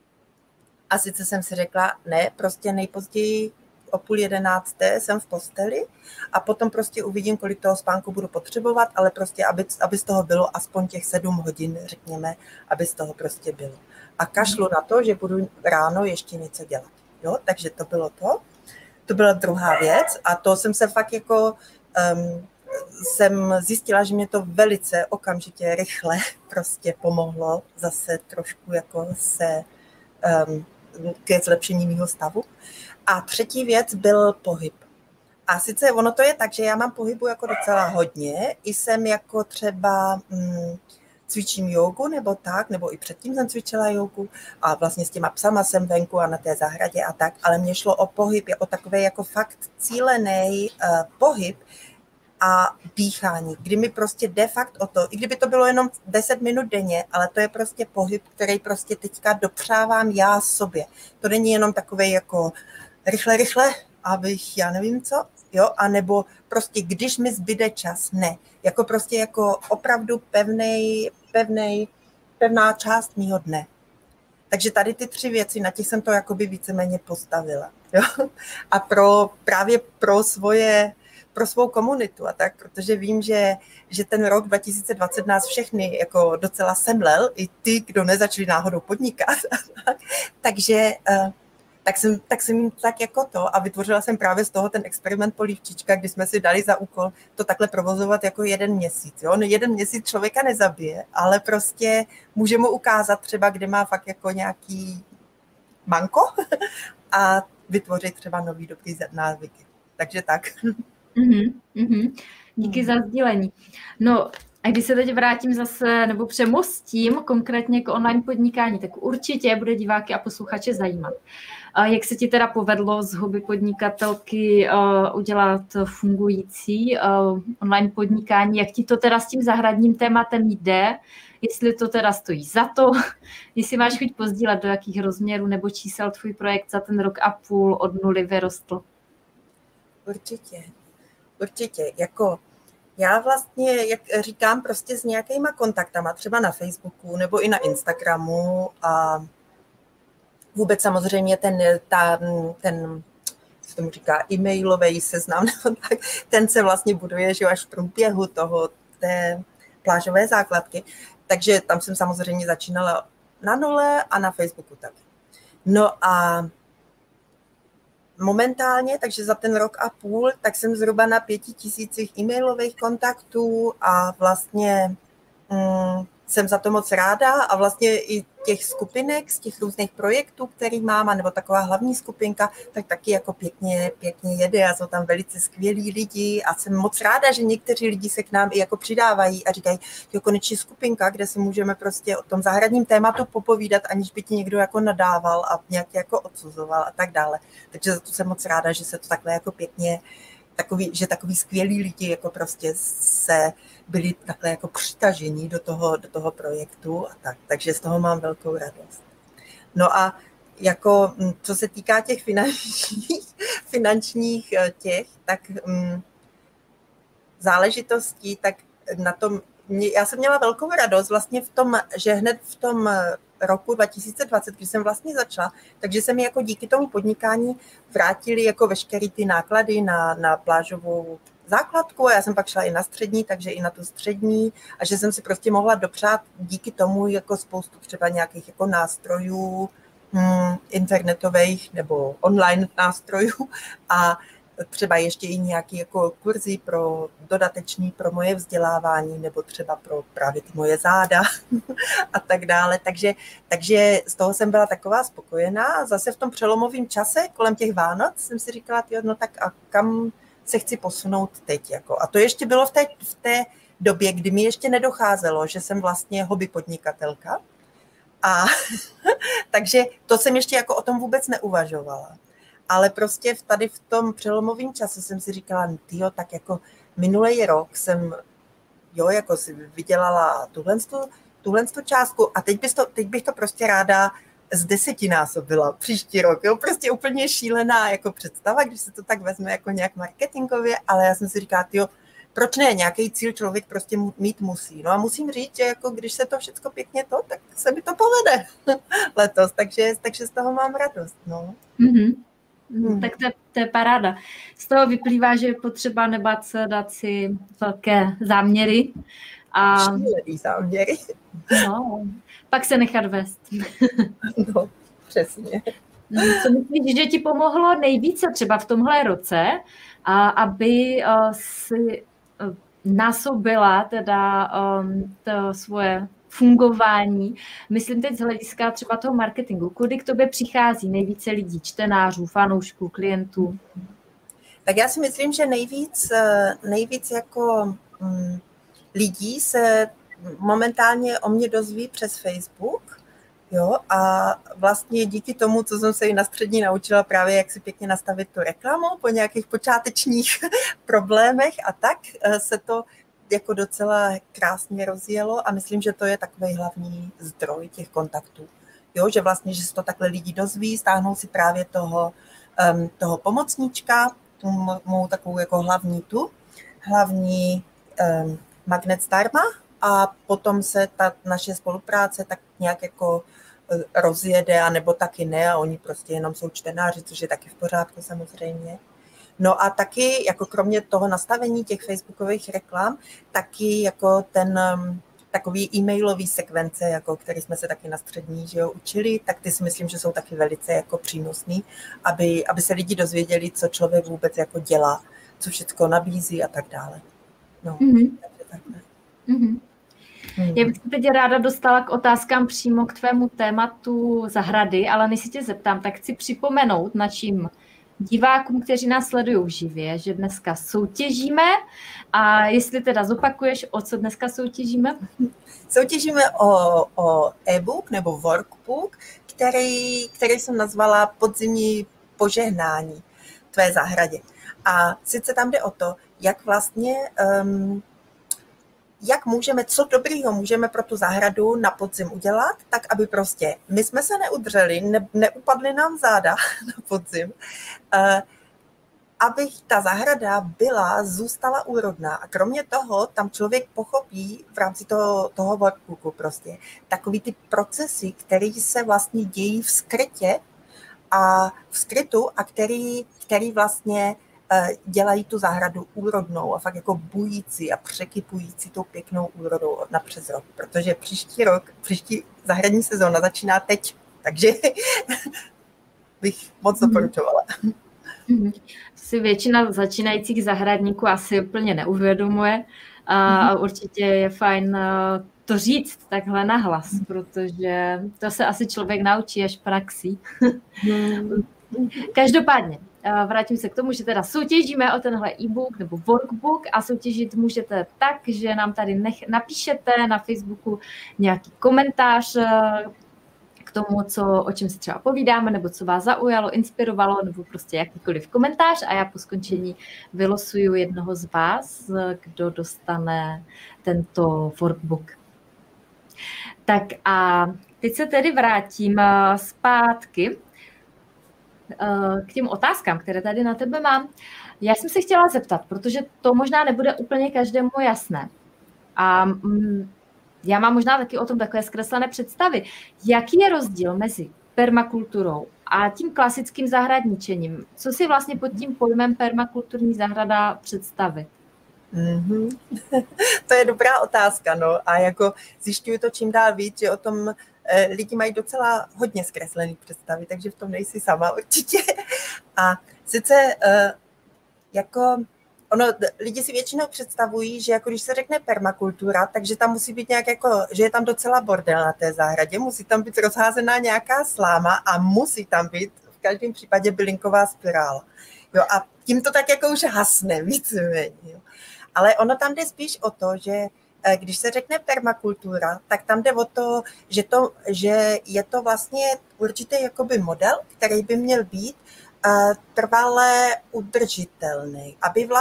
Speaker 2: A sice jsem si řekla, ne, prostě nejpozději o 10:30 jsem v posteli a potom prostě uvidím, kolik toho spánku budu potřebovat, ale prostě, aby z toho bylo aspoň těch 7 hodin, řekněme, aby z toho prostě bylo. A kašlu na to, že budu ráno ještě něco dělat. Jo, takže to bylo to. To byla druhá věc a to jsem se fakt jako, jsem zjistila, že mě to velice okamžitě rychle prostě pomohlo zase trošku jako se ke zlepšení mého stavu. A třetí věc byl pohyb. A sice ono to je tak, že já mám pohybu jako docela hodně. I jsem jako třeba cvičím jógu nebo tak, nebo i předtím jsem cvičila jógu a vlastně s těma psama jsem venku a na té zahradě a tak, ale mně šlo o pohyb, o takový jako fakt cílený pohyb a dýchání, kdy mi prostě jde fakt o to, i kdyby to bylo jenom 10 minut denně, ale to je prostě pohyb, který prostě teďka dopřávám já sobě. To není jenom takovej jako rychle, abych já nevím co, jo, anebo prostě když mi zbyde čas, ne. Jako prostě jako opravdu pevná část mýho dne. Takže tady ty 3 věci, na těch jsem to jakoby víceméně postavila, jo. A právě pro svou komunitu a tak, protože vím, že ten rok 2020 nás všechny jako docela semlel, i ty, kdo nezačali náhodou podnikat. Takže tak jsem jim tak jako to a vytvořila jsem právě z toho ten experiment polívčička, kdy jsme si dali za úkol to takhle provozovat jako 1 měsíc. Jo? No 1 měsíc člověka nezabije, ale prostě může mu ukázat třeba, kde má fakt jako nějaký manko a vytvořit třeba nový dobrý návyky. Takže tak.
Speaker 1: Díky za sdílení. No, a když se teď vrátím zase, nebo přemostím konkrétně k online podnikání, tak určitě bude diváky a posluchače zajímat. Jak se ti teda povedlo z hobby podnikatelky udělat fungující online podnikání? Jak ti to teda s tím zahradním tématem jde? Jestli to teda stojí za to? Jestli máš chuť pozdílet, do jakých rozměrů nebo čísel tvůj projekt za ten 1,5 roku od nuly vyrostl?
Speaker 2: Určitě. Jako já vlastně, jak říkám, prostě s nějakýma kontaktama, třeba na Facebooku nebo i na Instagramu a vůbec samozřejmě ten co tomu říká, e-mailový seznam, tak, ten se vlastně buduje, že až v průběhu té plážové základky. Takže tam jsem samozřejmě začínala na nule a na Facebooku taky. No a momentálně, takže za ten 1,5 roku, tak jsem zhruba na 5 000 e-mailových kontaktů a vlastně jsem za to moc ráda a vlastně i těch skupinek z těch různých projektů, který mám, nebo taková hlavní skupinka, tak taky jako pěkně jede a jsou tam velice skvělí lidi a jsem moc ráda, že někteří lidi se k nám i jako přidávají a říkají, jo, konečně skupinka, kde si můžeme prostě o tom zahradním tématu popovídat, aniž by ti někdo jako nadával a nějak jako odsuzoval a tak dále. Takže za to jsem moc ráda, že se to takhle jako pěkně že takový skvělí lidi jako prostě se byli takhle jako přitažení do toho projektu a tak. Takže z toho mám velkou radost. No a jako co se týká těch finančních těch, tak záležitostí, tak na tom, já jsem měla velkou radost vlastně v tom, že hned v tom roku 2020, když jsem vlastně začala, takže se mi jako díky tomu podnikání vrátily jako veškeré ty náklady na plážovou základku a já jsem pak šla i na střední, takže i na tu střední a že jsem si prostě mohla dopřát díky tomu jako spoustu třeba nějakých jako nástrojů internetových nebo online nástrojů a třeba ještě i nějaké jako kurzy pro dodatečný pro moje vzdělávání nebo třeba pro právě ty moje záda a tak dále. Takže z toho jsem byla taková spokojená a zase v tom přelomovém čase kolem těch Vánoc jsem si říkala, no tak a kam se chci posunout teď. Jako. A to ještě bylo v té době, kdy mi ještě nedocházelo, že jsem vlastně hobby podnikatelka. A takže to jsem ještě jako o tom vůbec neuvažovala. Ale prostě tady v tom přelomovém čase jsem si říkala, tyjo, tak jako minulý rok jsem jako si vydělala tuhle částku a teď bych to prostě ráda zdesetinásobila příští rok. Jo? Prostě úplně šílená jako představa, když se to tak vezme jako nějak marketingově, ale já jsem si říkala, tyjo, proč ne, nějaký cíl člověk prostě mít musí. No a musím říct, že jako když se to všechno pěkně tak se mi to povede letos, takže z toho mám radost. No.
Speaker 1: Mm-hmm. Tak to je paráda. Z toho vyplývá, že je potřeba nebát se dát si velké záměry.
Speaker 2: Šílený záměry.
Speaker 1: No, pak se nechat vést.
Speaker 2: No, přesně.
Speaker 1: Co myslíš, že ti pomohlo nejvíce třeba v tomhle roce, aby si násobila teda to svoje fungování, myslím teď z hlediska třeba toho marketingu, kudy k tobě přichází nejvíce lidí, čtenářů, fanoušků, klientů?
Speaker 2: Tak já si myslím, že nejvíc jako lidí se momentálně o mě dozví přes Facebook, jo, a vlastně díky tomu, co jsem se i na střední naučila právě, jak si pěkně nastavit tu reklamu po nějakých počátečních problémech a tak se to jako docela krásně rozjelo a myslím, že to je takový hlavní zdroj těch kontaktů. Jo, že vlastně, že se to takhle lidi dozví, stáhnou si právě toho pomocníčka, mou takovou jako hlavní magnet zdarma a potom se ta naše spolupráce tak nějak jako rozjede, anebo taky ne a oni prostě jenom jsou čtenáři, což je taky v pořádku samozřejmě. No a taky, jako kromě toho nastavení těch facebookových reklam, taky jako ten takový e-mailový sekvence, jako který jsme se taky na střední učili, tak ty si myslím, že jsou taky velice jako přínosný, aby se lidi dozvěděli, co člověk vůbec jako dělá, co všechno nabízí a tak dále. No, takže takhle.
Speaker 1: Já bych se teď ráda dostala k otázkám přímo k tvému tématu zahrady, ale než si tě zeptám, tak chci připomenout našim divákům, kteří nás sledují živě, že dneska soutěžíme a jestli teda zopakuješ, o co dneska soutěžíme?
Speaker 2: Soutěžíme o e-book nebo workbook, který jsem nazvala Podzimní požehnání tvé zahradě. A sice tam jde o to, jak vlastně co dobrýho můžeme pro tu zahradu na podzim udělat, tak aby prostě my jsme se neudřeli, neupadly nám záda na podzim, aby ta zahrada zůstala úrodná. A kromě toho tam člověk pochopí v rámci toho workbooku prostě takový ty procesy, které se vlastně dějí v skrytu a který vlastně dělají tu zahradu úrodnou a fakt jako bující a překypující tou pěknou úrodou napřes rok, protože příští zahradní sezóna začíná teď, takže bych moc doporučovala.
Speaker 1: Si většina začínajících zahradníků asi úplně neuvědomuje a určitě je fajn to říct takhle nahlas, protože to se asi člověk naučí až praxí. Každopádně, vrátím se k tomu, že teda soutěžíme o tenhle e-book nebo workbook a soutěžit můžete tak, že nám tady napíšete na Facebooku nějaký komentář k tomu, o čem si třeba povídáme, nebo co vás zaujalo, inspirovalo, nebo prostě jakýkoliv komentář a já po skončení vylosuju jednoho z vás, kdo dostane tento workbook. Tak a teď se tedy vrátím zpátky k těm otázkám, které tady na tebe mám. Já jsem se chtěla zeptat, protože to možná nebude úplně každému jasné. A já mám možná taky o tom takové zkreslené představy. Jaký je rozdíl mezi permakulturou a tím klasickým zahradničením? Co si vlastně pod tím pojmem permakulturní zahrada představit?
Speaker 2: Mm-hmm. To je dobrá otázka, no. A jako zjišťuju to čím dál víc, že o tom lidi mají docela hodně zkreslený představy, takže v tom nejsi sama určitě. A sice jako lidi si většinou představují, že jako když se řekne permakultura, takže tam musí být nějak jako, že je tam docela bordel na té zahradě, musí tam být rozházená nějaká sláma a musí tam být v každém případě bylinková spirála. Jo, a tím to tak jako už hasne víceméně. Ale ono tam jde spíš o to, že když se řekne permakultura, tak tam jde o to, že je to vlastně určitý jakoby model, který by měl být trvale udržitelný,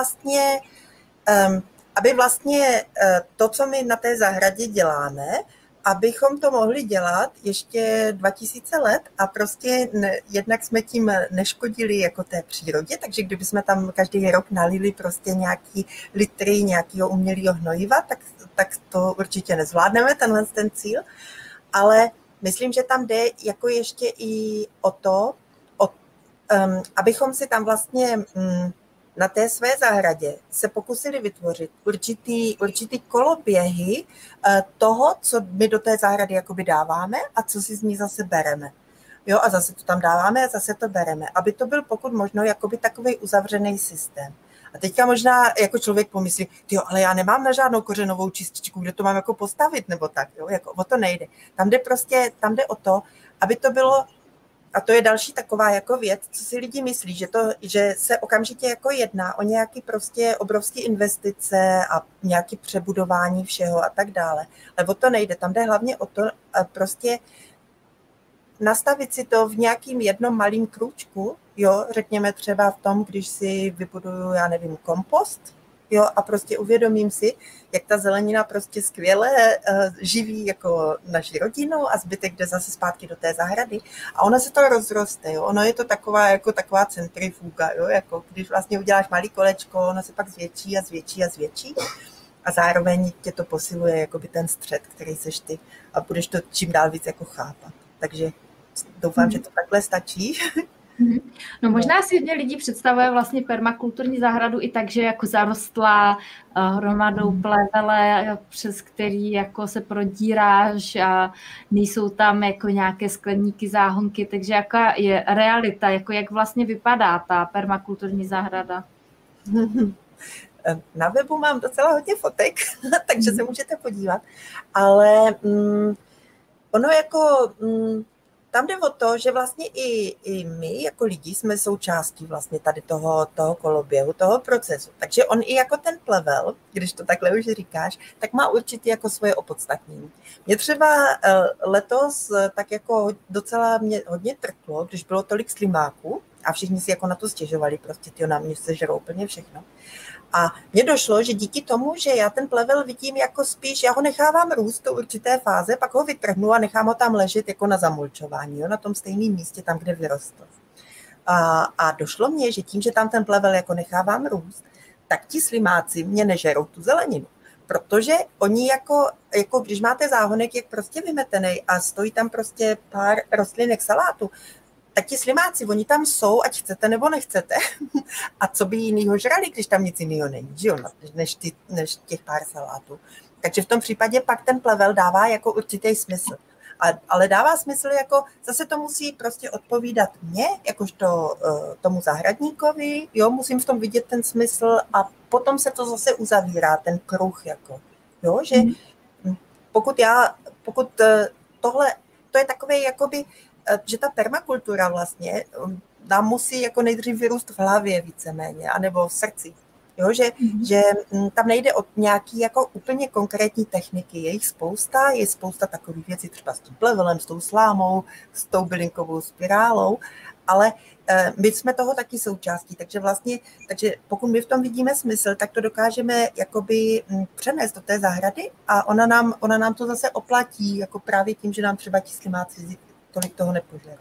Speaker 2: aby vlastně to, co my na té zahradě děláme, abychom to mohli dělat ještě 2000 let a prostě jednak jsme tím neškodili jako té přírodě, takže kdybychom tam každý rok nalili prostě nějaký litry nějakého umělého hnojiva, tak to určitě nezvládneme, ten cíl, ale myslím, že tam jde jako ještě i o to, abychom si tam vlastně na té své zahradě se pokusili vytvořit určitý koloběhy toho, co my do té zahrady jakoby dáváme a co si z ní zase bereme. Jo, a zase to tam dáváme a zase to bereme, aby to byl pokud možno jakoby takový uzavřený systém. A teďka možná jako člověk pomyslí, ale já nemám na žádnou kořenovou čističku, kde to mám jako postavit nebo tak, jo, jako o to nejde. Tam jde o to, aby to bylo. A to je další taková jako věc, co si lidi myslí, že se okamžitě jako jedná o nějaké prostě obrovské investice a nějaké přebudování všeho a tak dále. Ale o to nejde. Tam jde hlavně o to prostě nastavit si to v nějakým jednom malým krůčku, jo, řekněme třeba v tom, když si vybuduju, já nevím, kompost, jo, a prostě uvědomím si, jak ta zelenina prostě skvěle živí jako naši rodinu a zbytek jde zase zpátky do té zahrady a ono se to rozroste, jo, ono je to taková centrifuga, jo, jako když vlastně uděláš malý kolečko, ono se pak zvětší a zvětší a zvětší a zároveň tě to posiluje jakoby ten střed, který seš ty a budeš to čím dál víc jako chápat, takže doufám, že to takhle stačí.
Speaker 1: No možná si hodně lidí představuje vlastně permakulturní zahradu i tak, že jako zarostlá hromadou plevele, přes který jako se prodíráš a nejsou tam jako nějaké skleníky, záhonky, takže jaká je realita, jako jak vlastně vypadá ta permakulturní zahrada?
Speaker 2: Na webu mám docela hodně fotek, takže se můžete podívat, ale ono jako... Tam jde o to, že vlastně i my jako lidi jsme součástí vlastně tady toho koloběhu, toho procesu. Takže on i jako ten plevel, když to takhle už říkáš, tak má určitě jako svoje opodstatnění. Mě třeba letos tak jako docela mě hodně trklo, když bylo tolik slimáků a všichni si jako na to stěžovali, prostě na mě se žerou úplně všechno. A mně došlo, že díky tomu, že já ten plevel vidím jako spíš, já ho nechávám růst do určité fáze, pak ho vytrhnu a nechám ho tam ležet jako na zamulčování, jo, na tom stejném místě, tam, kde vyrostl. A došlo mně, že tím, že tam ten plevel jako nechávám růst, tak ti slimáci mě nežerou tu zeleninu. Protože oni jako když máte záhonek, jak prostě vymetený a stojí tam prostě pár rostlinek salátu, tak ti slimáci, oni tam jsou, ať chcete nebo nechcete. A co by jinýho žrali, když tam nic jiného není, že jo, než těch pár salátů. Takže v tom případě pak ten plevel dává jako určitý smysl. Ale dává smysl jako, zase to musí prostě odpovídat mně, jakožto tomu zahradníkovi, jo, musím v tom vidět ten smysl a potom se to zase uzavírá, ten kruh, jako, jo, že pokud tohle, to je takový jakoby, že ta permakultura vlastně nám musí jako nejdřív vyrůst v hlavě víceméně, anebo v srdci. Jo, že tam nejde o nějaký jako úplně konkrétní techniky. Je spousta takových věcí, třeba s tím plevelem, s tou slámou, s tou bylinkovou spirálou, ale my jsme toho taky součástí, takže pokud my v tom vidíme smysl, tak to dokážeme jakoby přenést do té zahrady a ona nám to zase oplatí, jako právě tím, že nám třeba ti slimáci tolik toho nepožerou.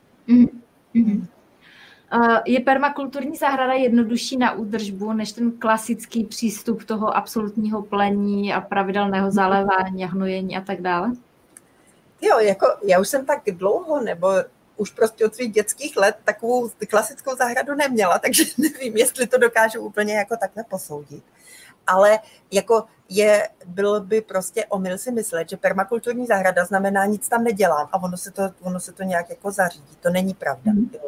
Speaker 1: Je permakulturní zahrada jednodušší na údržbu než ten klasický přístup toho absolutního plení a pravidelného zalévání a hnojení a tak dále?
Speaker 2: Jo, jako já už jsem tak dlouho, nebo už prostě od svých dětských let takovou klasickou zahradu neměla, takže nevím, jestli to dokážu úplně jako takhle posoudit. Ale jako bylo by prostě omyl si myslet, že permakulturní zahrada znamená nic tam nedělám a ono se to nějak jako zařídí. To není pravda. Jo.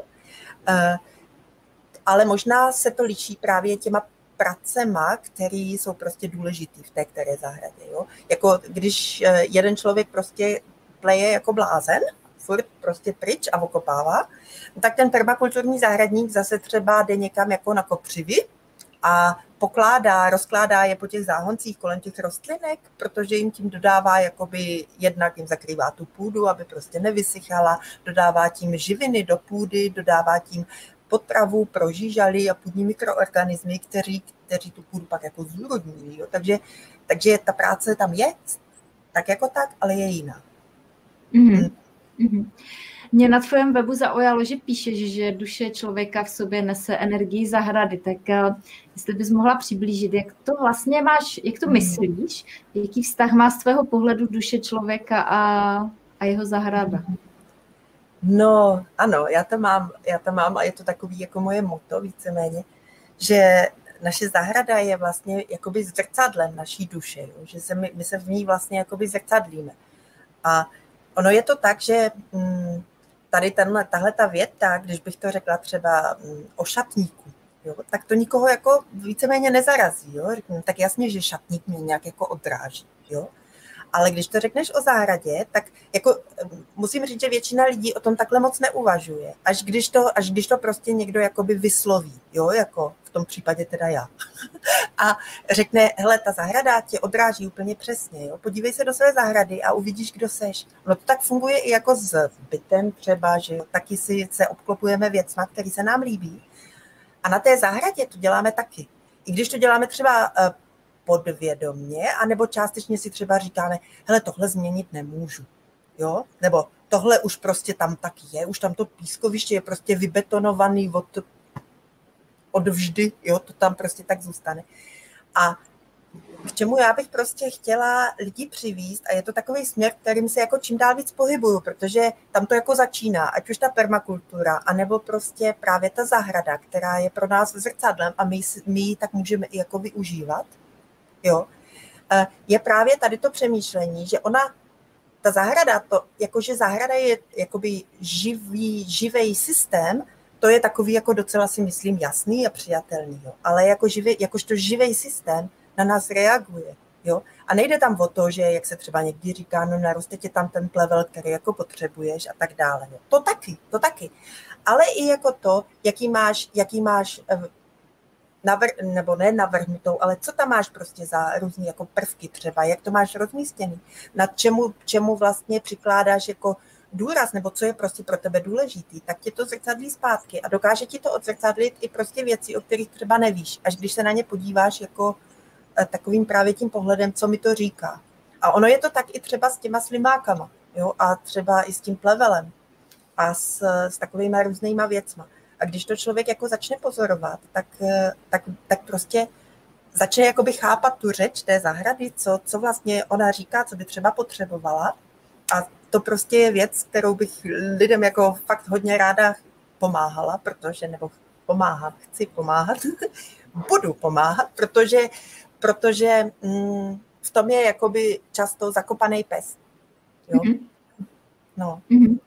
Speaker 2: Ale možná se to liší právě těma pracema, které jsou prostě důležitý v té které zahradě. Jo. Jako když jeden člověk prostě pleje jako blázen, furt prostě pryč a okopává, tak ten permakulturní zahradník zase třeba jde někam jako na kopřivy a rozkládá je po těch záhoncích kolem těch rostlinek, protože jim tím dodává, jakoby jednak jim zakrývá tu půdu, aby prostě nevysychala, dodává tím živiny do půdy, dodává tím potravu pro žížaly a půdní mikroorganismy, kteří tu půdu pak jako zúrodňují. Takže ta práce tam je tak jako tak, ale je jiná.
Speaker 1: Mě na tvém webu zaujalo, že píšeš, že duše člověka v sobě nese energii zahrady, tak jestli bys mohla přiblížit, jak to vlastně máš, jak to myslíš, jaký vztah má z tvého pohledu duše člověka a jeho zahrada?
Speaker 2: No, ano, já to mám a je to takový jako moje motto víceméně, že naše zahrada je vlastně jakoby zrcadlem naší duše, jo? Že my se v ní vlastně jakoby zrcadlíme. A ono je to tak, že tady tahle ta věta, když bych to řekla třeba o šatníku, jo, tak to nikoho jako víceméně nezarazí. Jo? Tak jasně, že šatník mě nějak jako odráží. Jo? Ale když to řekneš o zahradě, tak jako musím říct, že většina lidí o tom takhle moc neuvažuje. Až když to prostě někdo jakoby vysloví, jo, jako v tom případě teda já. A řekne, hele, ta zahrada tě odráží úplně přesně, jo. Podívej se do své zahrady a uvidíš, kdo seš. No to tak funguje i jako s bytem třeba, že jo, taky si se obklopujeme věcma, které se nám líbí. A na té zahradě to děláme taky. I když to děláme třeba podvědomě, anebo částečně si třeba říkáme, hele, tohle změnit nemůžu, jo? Nebo tohle už prostě tam tak je, už tam to pískoviště je prostě vybetonovaný od vždy, jo, to tam prostě tak zůstane. A k čemu já bych prostě chtěla lidi přivést, a je to takový směr, kterým se jako čím dál víc pohybuju, protože tam to jako začíná, ať už ta permakultura, anebo prostě právě ta zahrada, která je pro nás zrcadlem a my ji tak můžeme i jako využívat, jo, je právě tady to přemýšlení, že ta zahrada, jakože zahrada je jakoby živý systém, to je takový jako docela si myslím jasný a přijatelný, jo, ale jakožto živý systém na nás reaguje, jo, a nejde tam o to, že jak se třeba někdy říká, no naroste ti tam ten plevel, který jako potřebuješ a tak dále, jo. To taky, ale i jako to, jaký máš nebo ne navrhnutou, ale co tam máš prostě za různý jako prvky třeba, jak to máš rozmístěný, nad čemu vlastně přikládáš jako důraz, nebo co je prostě pro tebe důležitý, tak tě to zrcadlí zpátky a dokáže ti to odzrcadlit i prostě věci, o kterých třeba nevíš, až když se na ně podíváš jako takovým právě tím pohledem, co mi to říká. A ono je to tak i třeba s těma slimákama, jo, a třeba i s tím plevelem a s takovýma různýma věcma. A když to člověk jako začne pozorovat, tak prostě začne jakoby chápat tu řeč té zahrady, co vlastně ona říká, co by třeba potřebovala. A to prostě je věc, kterou bych lidem jako fakt hodně ráda pomáhala, chci pomáhat, budu pomáhat, protože v tom je jakoby často zakopaný pes. Jo? No.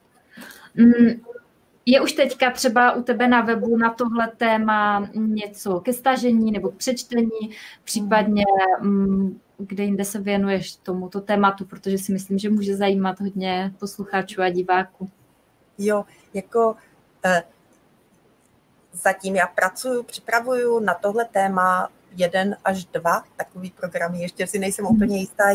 Speaker 1: Je už teďka třeba u tebe na webu na tohle téma něco ke stažení nebo k přečtení, případně kde jinde se věnuješ tomuto tématu, protože si myslím, že může zajímat hodně posluchačů a diváků.
Speaker 2: Jo, jako zatím já připravuju na tohle téma 1 až 2 takový programy, ještě si nejsem úplně jistá,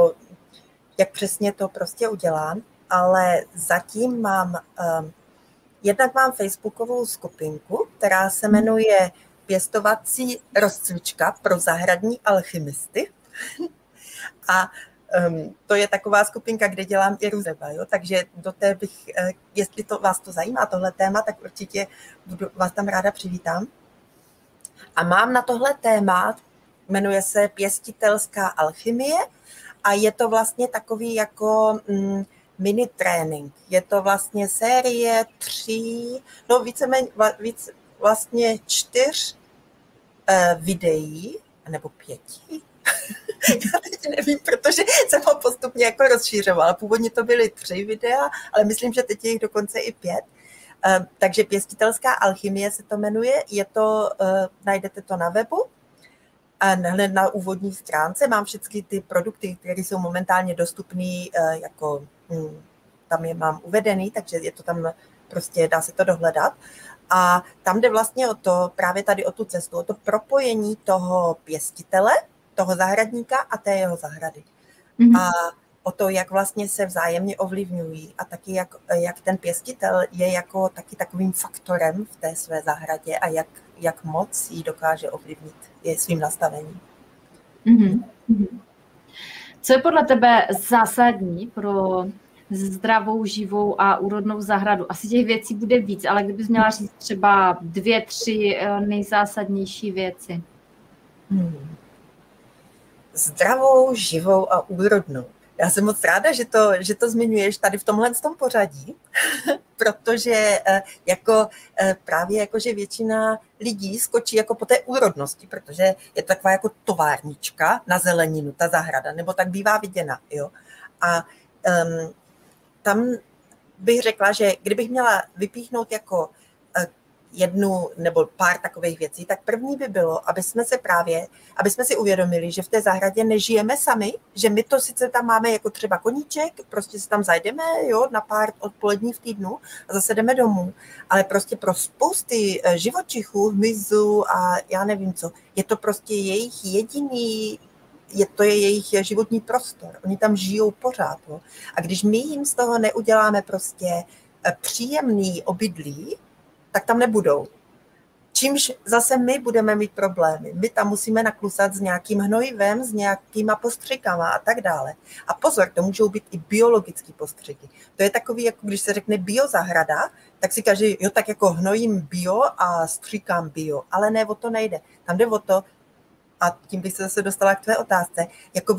Speaker 2: jak přesně to prostě udělám, ale zatím mám jednak mám facebookovou skupinku, která se jmenuje Pěstovací rozcvička pro zahradní alchymisty. A to je taková skupinka, kde dělám i růzeba, jo? Takže do té bych, jestli vás to zajímá, tohle téma, tak určitě vás tam ráda přivítám. A mám na tohle téma, jmenuje se Pěstitelská alchymie a je to vlastně takový jako mini trénink. Je to vlastně série 3, no víc vlastně 4 videí, nebo 5. Já teď nevím, protože jsem ho postupně jako rozšířovala. Původně to byly 3 videa, ale myslím, že teď je jich dokonce i 5. Takže Pěstitelská alchymie se to jmenuje. Najdete to na webu. A hned na úvodní stránce mám všechny ty produkty, které jsou momentálně dostupné, jako tam je mám uvedený, takže je to tam prostě, dá se to dohledat. A tam jde vlastně o to, právě tady o tu cestu, o to propojení toho pěstitele, toho zahradníka a té jeho zahrady. Mm-hmm. A o to, jak vlastně se vzájemně ovlivňují a taky jak ten pěstitel je jako taky takovým faktorem v té své zahradě a jak moc ji dokáže ovlivnit je svým nastavením.
Speaker 1: Mm-hmm. Co je podle tebe zásadní pro zdravou, živou a úrodnou zahradu? Asi těch věcí bude víc, ale kdybys měla říct třeba 2, 3 nejzásadnější věci.
Speaker 2: Zdravou, živou a úrodnou. Já jsem moc ráda, že to zmiňuješ tady v tomhle pořadí, protože právě že většina lidí skočí jako po té úrodnosti, protože je to taková jako továrnička na zeleninu, ta zahrada, nebo tak bývá viděna. Jo? A tam bych řekla, že kdybych měla vypíchnout jako jednu nebo pár takových věcí, tak první by bylo, aby jsme si uvědomili, že v té zahradě nežijeme sami, že my to sice tam máme jako třeba koníček, prostě se tam zajdeme, jo, na pár odpolední v týdnu a zase jdeme domů, ale prostě pro spousty živočichů, hmyzu a já nevím co, je to prostě jejich jediný, to je jejich životní prostor. Oni tam žijou pořád. Jo. A když my jim z toho neuděláme prostě příjemný obydlí, tak tam nebudou. Čímž zase my budeme mít problémy. My tam musíme naklusat s nějakým hnojivem, s nějakýma postřikama a tak dále. A pozor, to můžou být i biologické postřiky. To je takový, jako když se řekne biozahrada, tak si každý, jo, tak jako hnojím bio a stříkám bio. Ale ne, o to nejde. Tam jde o to, a tím bych se zase dostala k tvé otázce, jako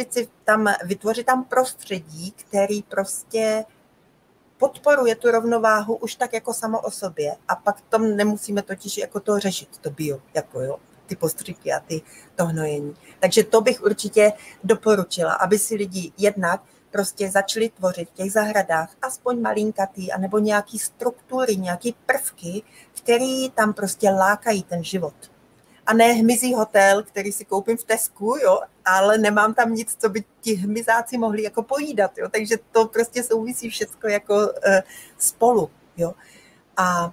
Speaker 2: vytvořit tam prostředí, který prostě podporuje tu rovnováhu už tak jako samo o sobě a pak tam nemusíme totiž jako to řešit, to bio, jako jo, ty postřiky a to hnojení. Takže to bych určitě doporučila, aby si lidi jednak prostě začali tvořit v těch zahradách aspoň malinkatý, anebo nějaký struktury, nějaký prvky, který tam prostě lákají ten život. A ne hmyzí hotel, který si koupím v Tesku, jo, ale nemám tam nic, co by ti hmyzáci mohli jako pojídat, jo, takže to prostě souvisí všecko jako spolu, jo. A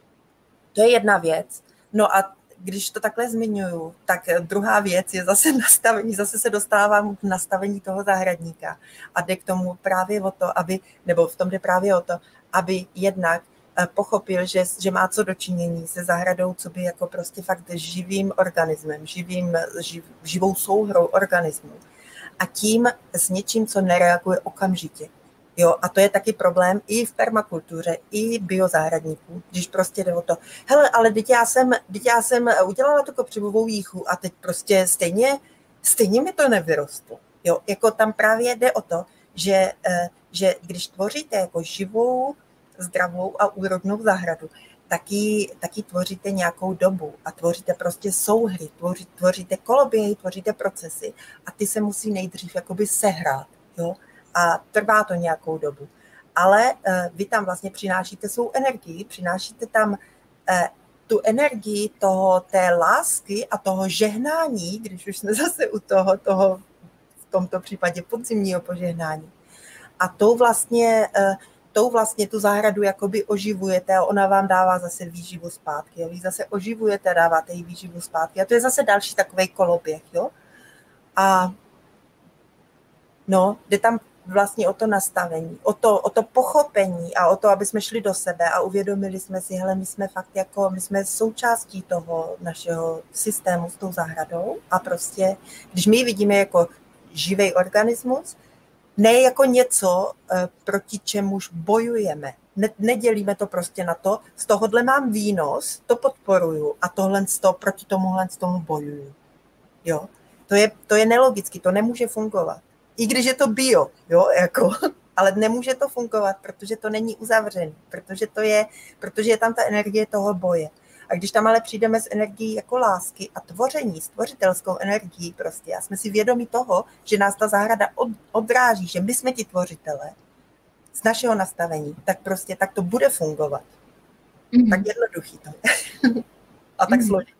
Speaker 2: to je jedna věc. No a když to takhle zmiňuju, tak druhá věc je zase nastavení, zase se dostávám k nastavení toho zahradníka a jde k tomu právě o to, nebo v tom jde právě o to, aby jednak pochopil, že má co dočinění se zahradou, co by jako prostě fakt živým organismem, živou souhrou organismů a tím s něčím, co nereaguje okamžitě. Jo, a to je taky problém i v permakultuře, i biozahradníků, když prostě jde o to, hele, ale teď já jsem udělala tu kopřivovou jíchu a teď prostě stejně mi to nevyrostlo. Jo, jako tam právě jde o to, že když tvoříte jako živou, zdravou a úrodnou zahradu, taky tvoříte nějakou dobu a tvoříte prostě souhry, tvoříte koloběhy, tvoříte procesy a ty se musí nejdřív jakoby sehrát, jo, a trvá to nějakou dobu. Ale vy tam vlastně přinášíte svou energii, přinášíte tam tu energii té lásky a toho žehnání, když už jsme zase u toho v tomto případě podzimního požehnání. A tou vlastně tu zahradu jakoby oživujete a ona vám dává zase výživu zpátky. Vy zase oživujete a dáváte jí výživu zpátky. A to je zase další takovej koloběh. Jo? A no, jde tam vlastně o to nastavení, o to pochopení a o to, aby jsme šli do sebe a uvědomili jsme si, hele, my jsme fakt jako, my jsme součástí toho našeho systému s tou zahradou a prostě, když my vidíme jako živý organismus, ne jako něco, proti čemuž bojujeme. Nedělíme to prostě na to, z tohohle mám výnos, to podporuju a proti tomuhle z tomu bojuju. Jo? To je nelogicky, to nemůže fungovat. I když je to bio, jo, jako, ale nemůže to fungovat, protože to není uzavřený, protože je tam ta energie toho boje. A když tam ale přijdeme s energií jako lásky a tvoření, s tvořitelskou energií prostě, a jsme si vědomi toho, že nás ta zahrada odráží, že my jsme ti tvořitelé z našeho nastavení, tak to bude fungovat. Mm-hmm. Tak jednoduchý to. A tak složitý.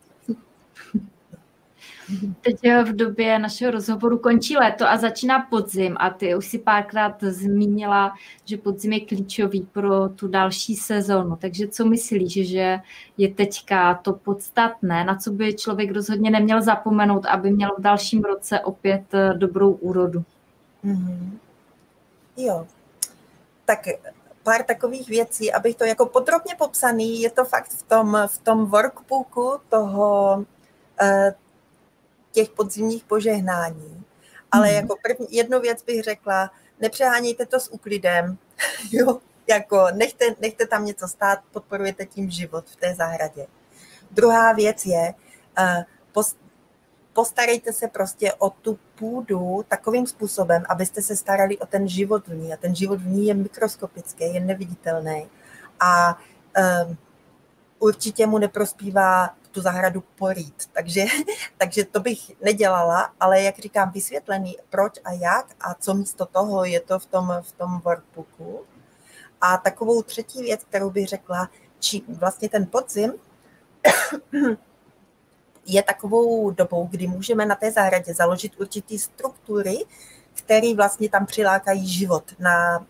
Speaker 1: Teď v době našeho rozhovoru končí léto a začíná podzim a ty už si párkrát zmínila, že podzim je klíčový pro tu další sezónu. Takže co myslíš, že je teďka to podstatné, na co by člověk rozhodně neměl zapomenout, aby měl v dalším roce opět dobrou úrodu?
Speaker 2: Mm-hmm. Jo, tak pár takových věcí, abych to jako podrobně popsaný, je to fakt v tom workbooku toho těch podzimních požehnání. Ale jako jednu věc bych řekla, nepřehánějte to s úklidem, jo, jako nechte tam něco stát, podporujete tím život v té zahradě. Druhá věc je, postarejte se prostě o tu půdu takovým způsobem, abyste se starali o ten život v ní. A ten život v ní je mikroskopický, je neviditelný. A určitě mu neprospívá tu zahradu porít. Takže to bych nedělala, ale jak říkám, vysvětlený proč a jak a co místo toho je to v tom workbooku. A takovou třetí věc, kterou bych řekla, vlastně ten podzim je takovou dobou, kdy můžeme na té zahradě založit určitý struktury, které vlastně tam přilákají život na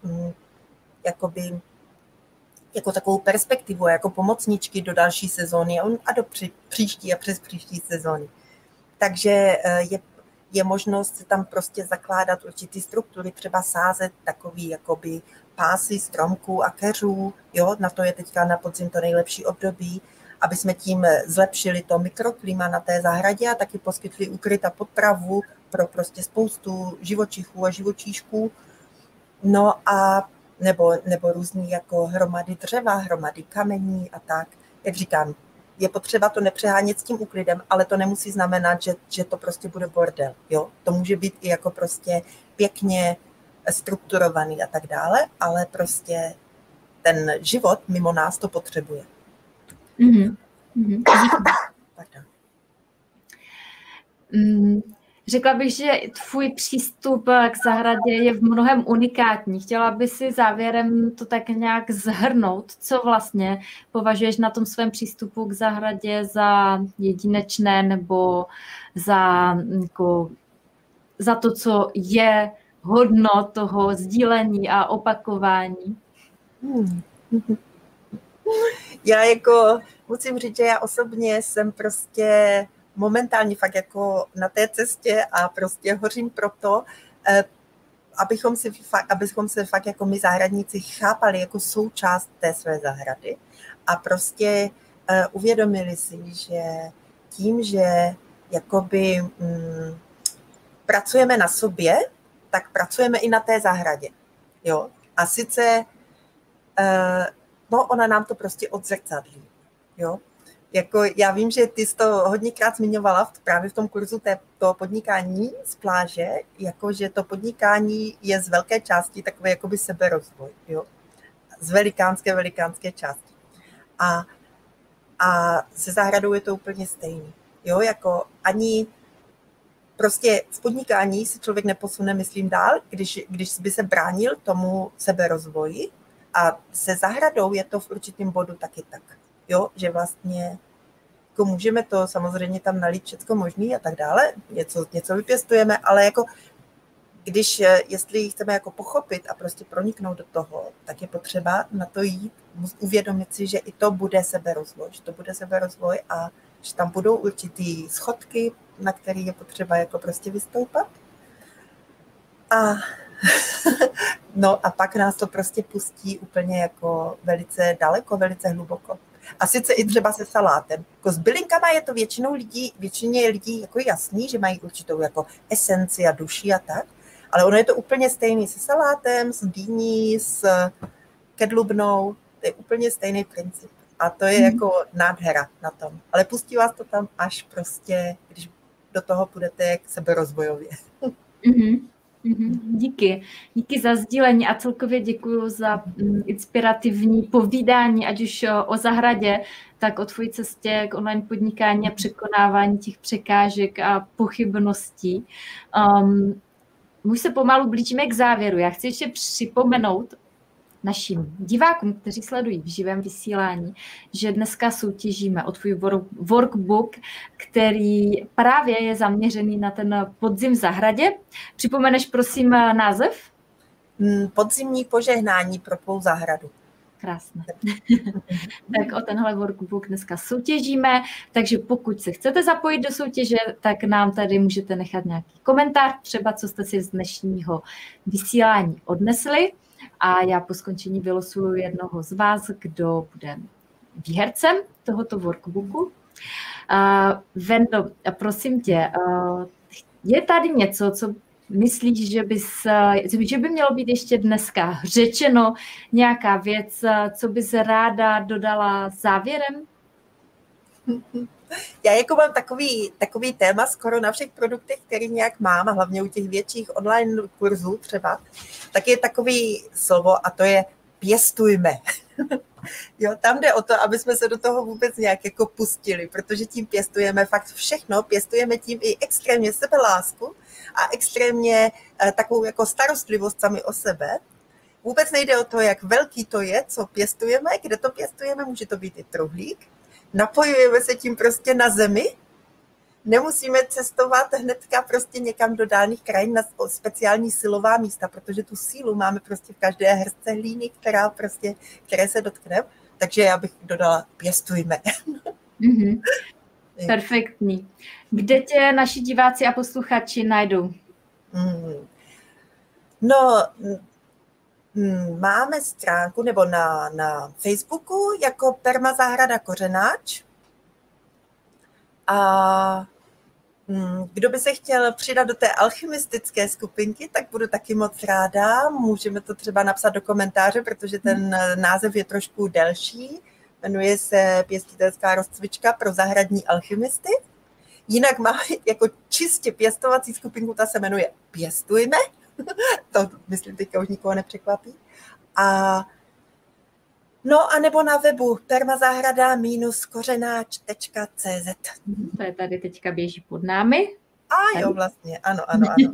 Speaker 2: jako takovou perspektivu, jako pomocničky do další sezóny a do příští a přes příští sezóny. Takže je možnost tam prostě zakládat určitý struktury, třeba sázet takový jakoby pásy stromků a keřů, jo, na to je teďka na podzim to nejlepší období, aby jsme tím zlepšili to mikroklima na té zahradě a taky poskytli ukryt a potravu pro prostě spoustu živočichů a živočíšků. No a nebo různý jako hromady dřeva, hromady kamení a tak. Jak říkám, je potřeba to nepřehánět s tím úklidem, ale to nemusí znamenat, že to prostě bude bordel. Jo? To může být i jako prostě pěkně strukturovaný a tak dále, ale prostě ten život mimo nás to potřebuje.
Speaker 1: Mm-hmm. Řekla bych, že tvůj přístup k zahradě je v mnohem unikátní. Chtěla by si závěrem to tak nějak shrnout, co vlastně považuješ na tom svém přístupu k zahradě za jedinečné nebo za to, co je hodno toho sdílení a opakování?
Speaker 2: Já jako musím říct, že já osobně jsem prostě momentálně fakt jako na té cestě a prostě hořím proto, abychom se fakt jako my zahradníci chápali jako součást té své zahrady a prostě uvědomili si, že tím, že jakoby pracujeme na sobě, tak pracujeme i na té zahradě. Jo? A sice ona nám to prostě odzrcadlí. Jo? Jako já vím, že ty jsi to hodněkrát zmiňovala právě v tom kurzu toho podnikání z pláže, jako že to podnikání je z velké části takový jakoby seberozvoj, jo? Z velikánské části. A se zahradou je to úplně stejný. Jo? Jako ani prostě v podnikání se člověk neposune, myslím, dál, když by se bránil tomu seberozvoji a se zahradou je to v určitém bodu taky tak. Jo, že vlastně jako můžeme to samozřejmě tam nalít všechno možný a tak dále, něco vypěstujeme, ale jako jestli chceme jako pochopit a prostě proniknout do toho, tak je potřeba na to jít, uvědomit si, že i to bude seberozvoj, a že tam budou určitý schodky, na který je potřeba jako prostě vystoupat. A No a pak nás to prostě pustí úplně jako velice daleko, velice hluboko. A sice i třeba se salátem. Jako s bylinkama je to většině lidí jako jasný, že mají určitou jako esenci a duši a tak, ale ono je to úplně stejný se salátem, s dýní, s kedlubnou, to je úplně stejný princip. A to je jako nádhera na tom. Ale pustí vás to tam až prostě, když do toho půjdete jak seberozvojově.
Speaker 1: Díky. Díky za sdílení a celkově děkuji za inspirativní povídání, ať už o zahradě, tak o tvojí cestě k online podnikání a překonávání těch překážek a pochybností. My se pomalu blížíme k závěru. Já chci ještě připomenout našim divákům, kteří sledují v živém vysílání, že dneska soutěžíme o tvůj workbook, který právě je zaměřený na ten podzim v zahradě. Připomeneš prosím název?
Speaker 2: Podzimní požehnání pro tvou zahradu.
Speaker 1: Krásné. Tak o tenhle workbook dneska soutěžíme, takže pokud se chcete zapojit do soutěže, tak nám tady můžete nechat nějaký komentář, třeba co jste si z dnešního vysílání odnesli. A já po skončení vylosuju jednoho z vás, kdo bude výhercem tohoto workbooku. Vendo, prosím tě, je tady něco, co myslíš, že by mělo být ještě dneska řečeno, nějaká věc, co bys ráda dodala závěrem?
Speaker 2: Já jako mám takový téma skoro na všech produktech, který nějak mám, a hlavně u těch větších online kurzů třeba, tak je takový slovo a to je pěstujme. Jo, tam jde o to, aby jsme se do toho vůbec nějak jako pustili, protože tím pěstujeme fakt všechno, pěstujeme tím i extrémně sebelásku a extrémně takovou jako starostlivost sami o sebe. Vůbec nejde o to, jak velký to je, co pěstujeme, kde to pěstujeme, může to být i truhlík. Napojujeme se tím prostě na zemi. Nemusíme cestovat hnedka prostě někam do dálných krajin na speciální silová místa, protože tu sílu máme prostě v každé hrstce hlíny, které se dotkneme. Takže já bych dodala, pěstujme.
Speaker 1: Perfektní. Kde tě naši diváci a posluchači najdou?
Speaker 2: No, máme stránku nebo na Facebooku jako Permazahrada Kořenáč. A kdo by se chtěl přidat do té alchymistické skupinky, tak budu taky moc ráda. Můžeme to třeba napsat do komentáře, protože ten název je trošku delší. Jmenuje se Pěstitelská rozcvička pro zahradní alchymisty. Jinak máme jako čistě pěstovací skupinku, ta se jmenuje Pěstujme. To, myslím, teďka už nikoho nepřekvapí. No a nebo na webu permazahrada-kořenáč.cz.
Speaker 1: To je tady teďka běží pod námi.
Speaker 2: Jo, vlastně, ano.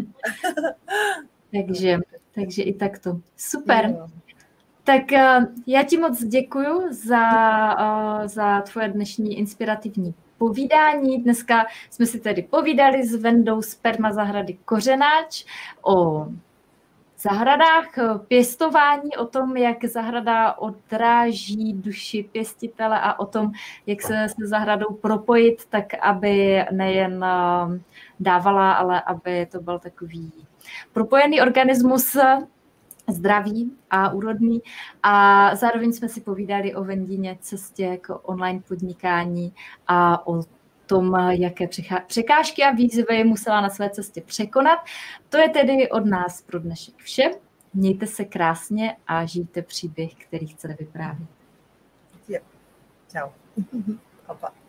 Speaker 1: takže i takto. Super. Jo. Tak já ti moc děkuju za tvoje dnešní inspirativní povídání. Dneska jsme si tedy povídali s Vendou z Permazahrady Kořenáč o zahradách, pěstování, o tom, jak zahrada odráží duši pěstitele a o tom, jak se zahradou propojit, tak aby nejen dávala, ale aby to byl takový propojený organismus, zdravý a úrodný. A zároveň jsme si povídali o Vendině cestě k online podnikání a o tom, jaké překážky a výzvy musela na své cestě překonat. To je tedy od nás pro dnešek vše. Mějte se krásně a žijte příběh, který chcete vyprávět.
Speaker 2: Čau.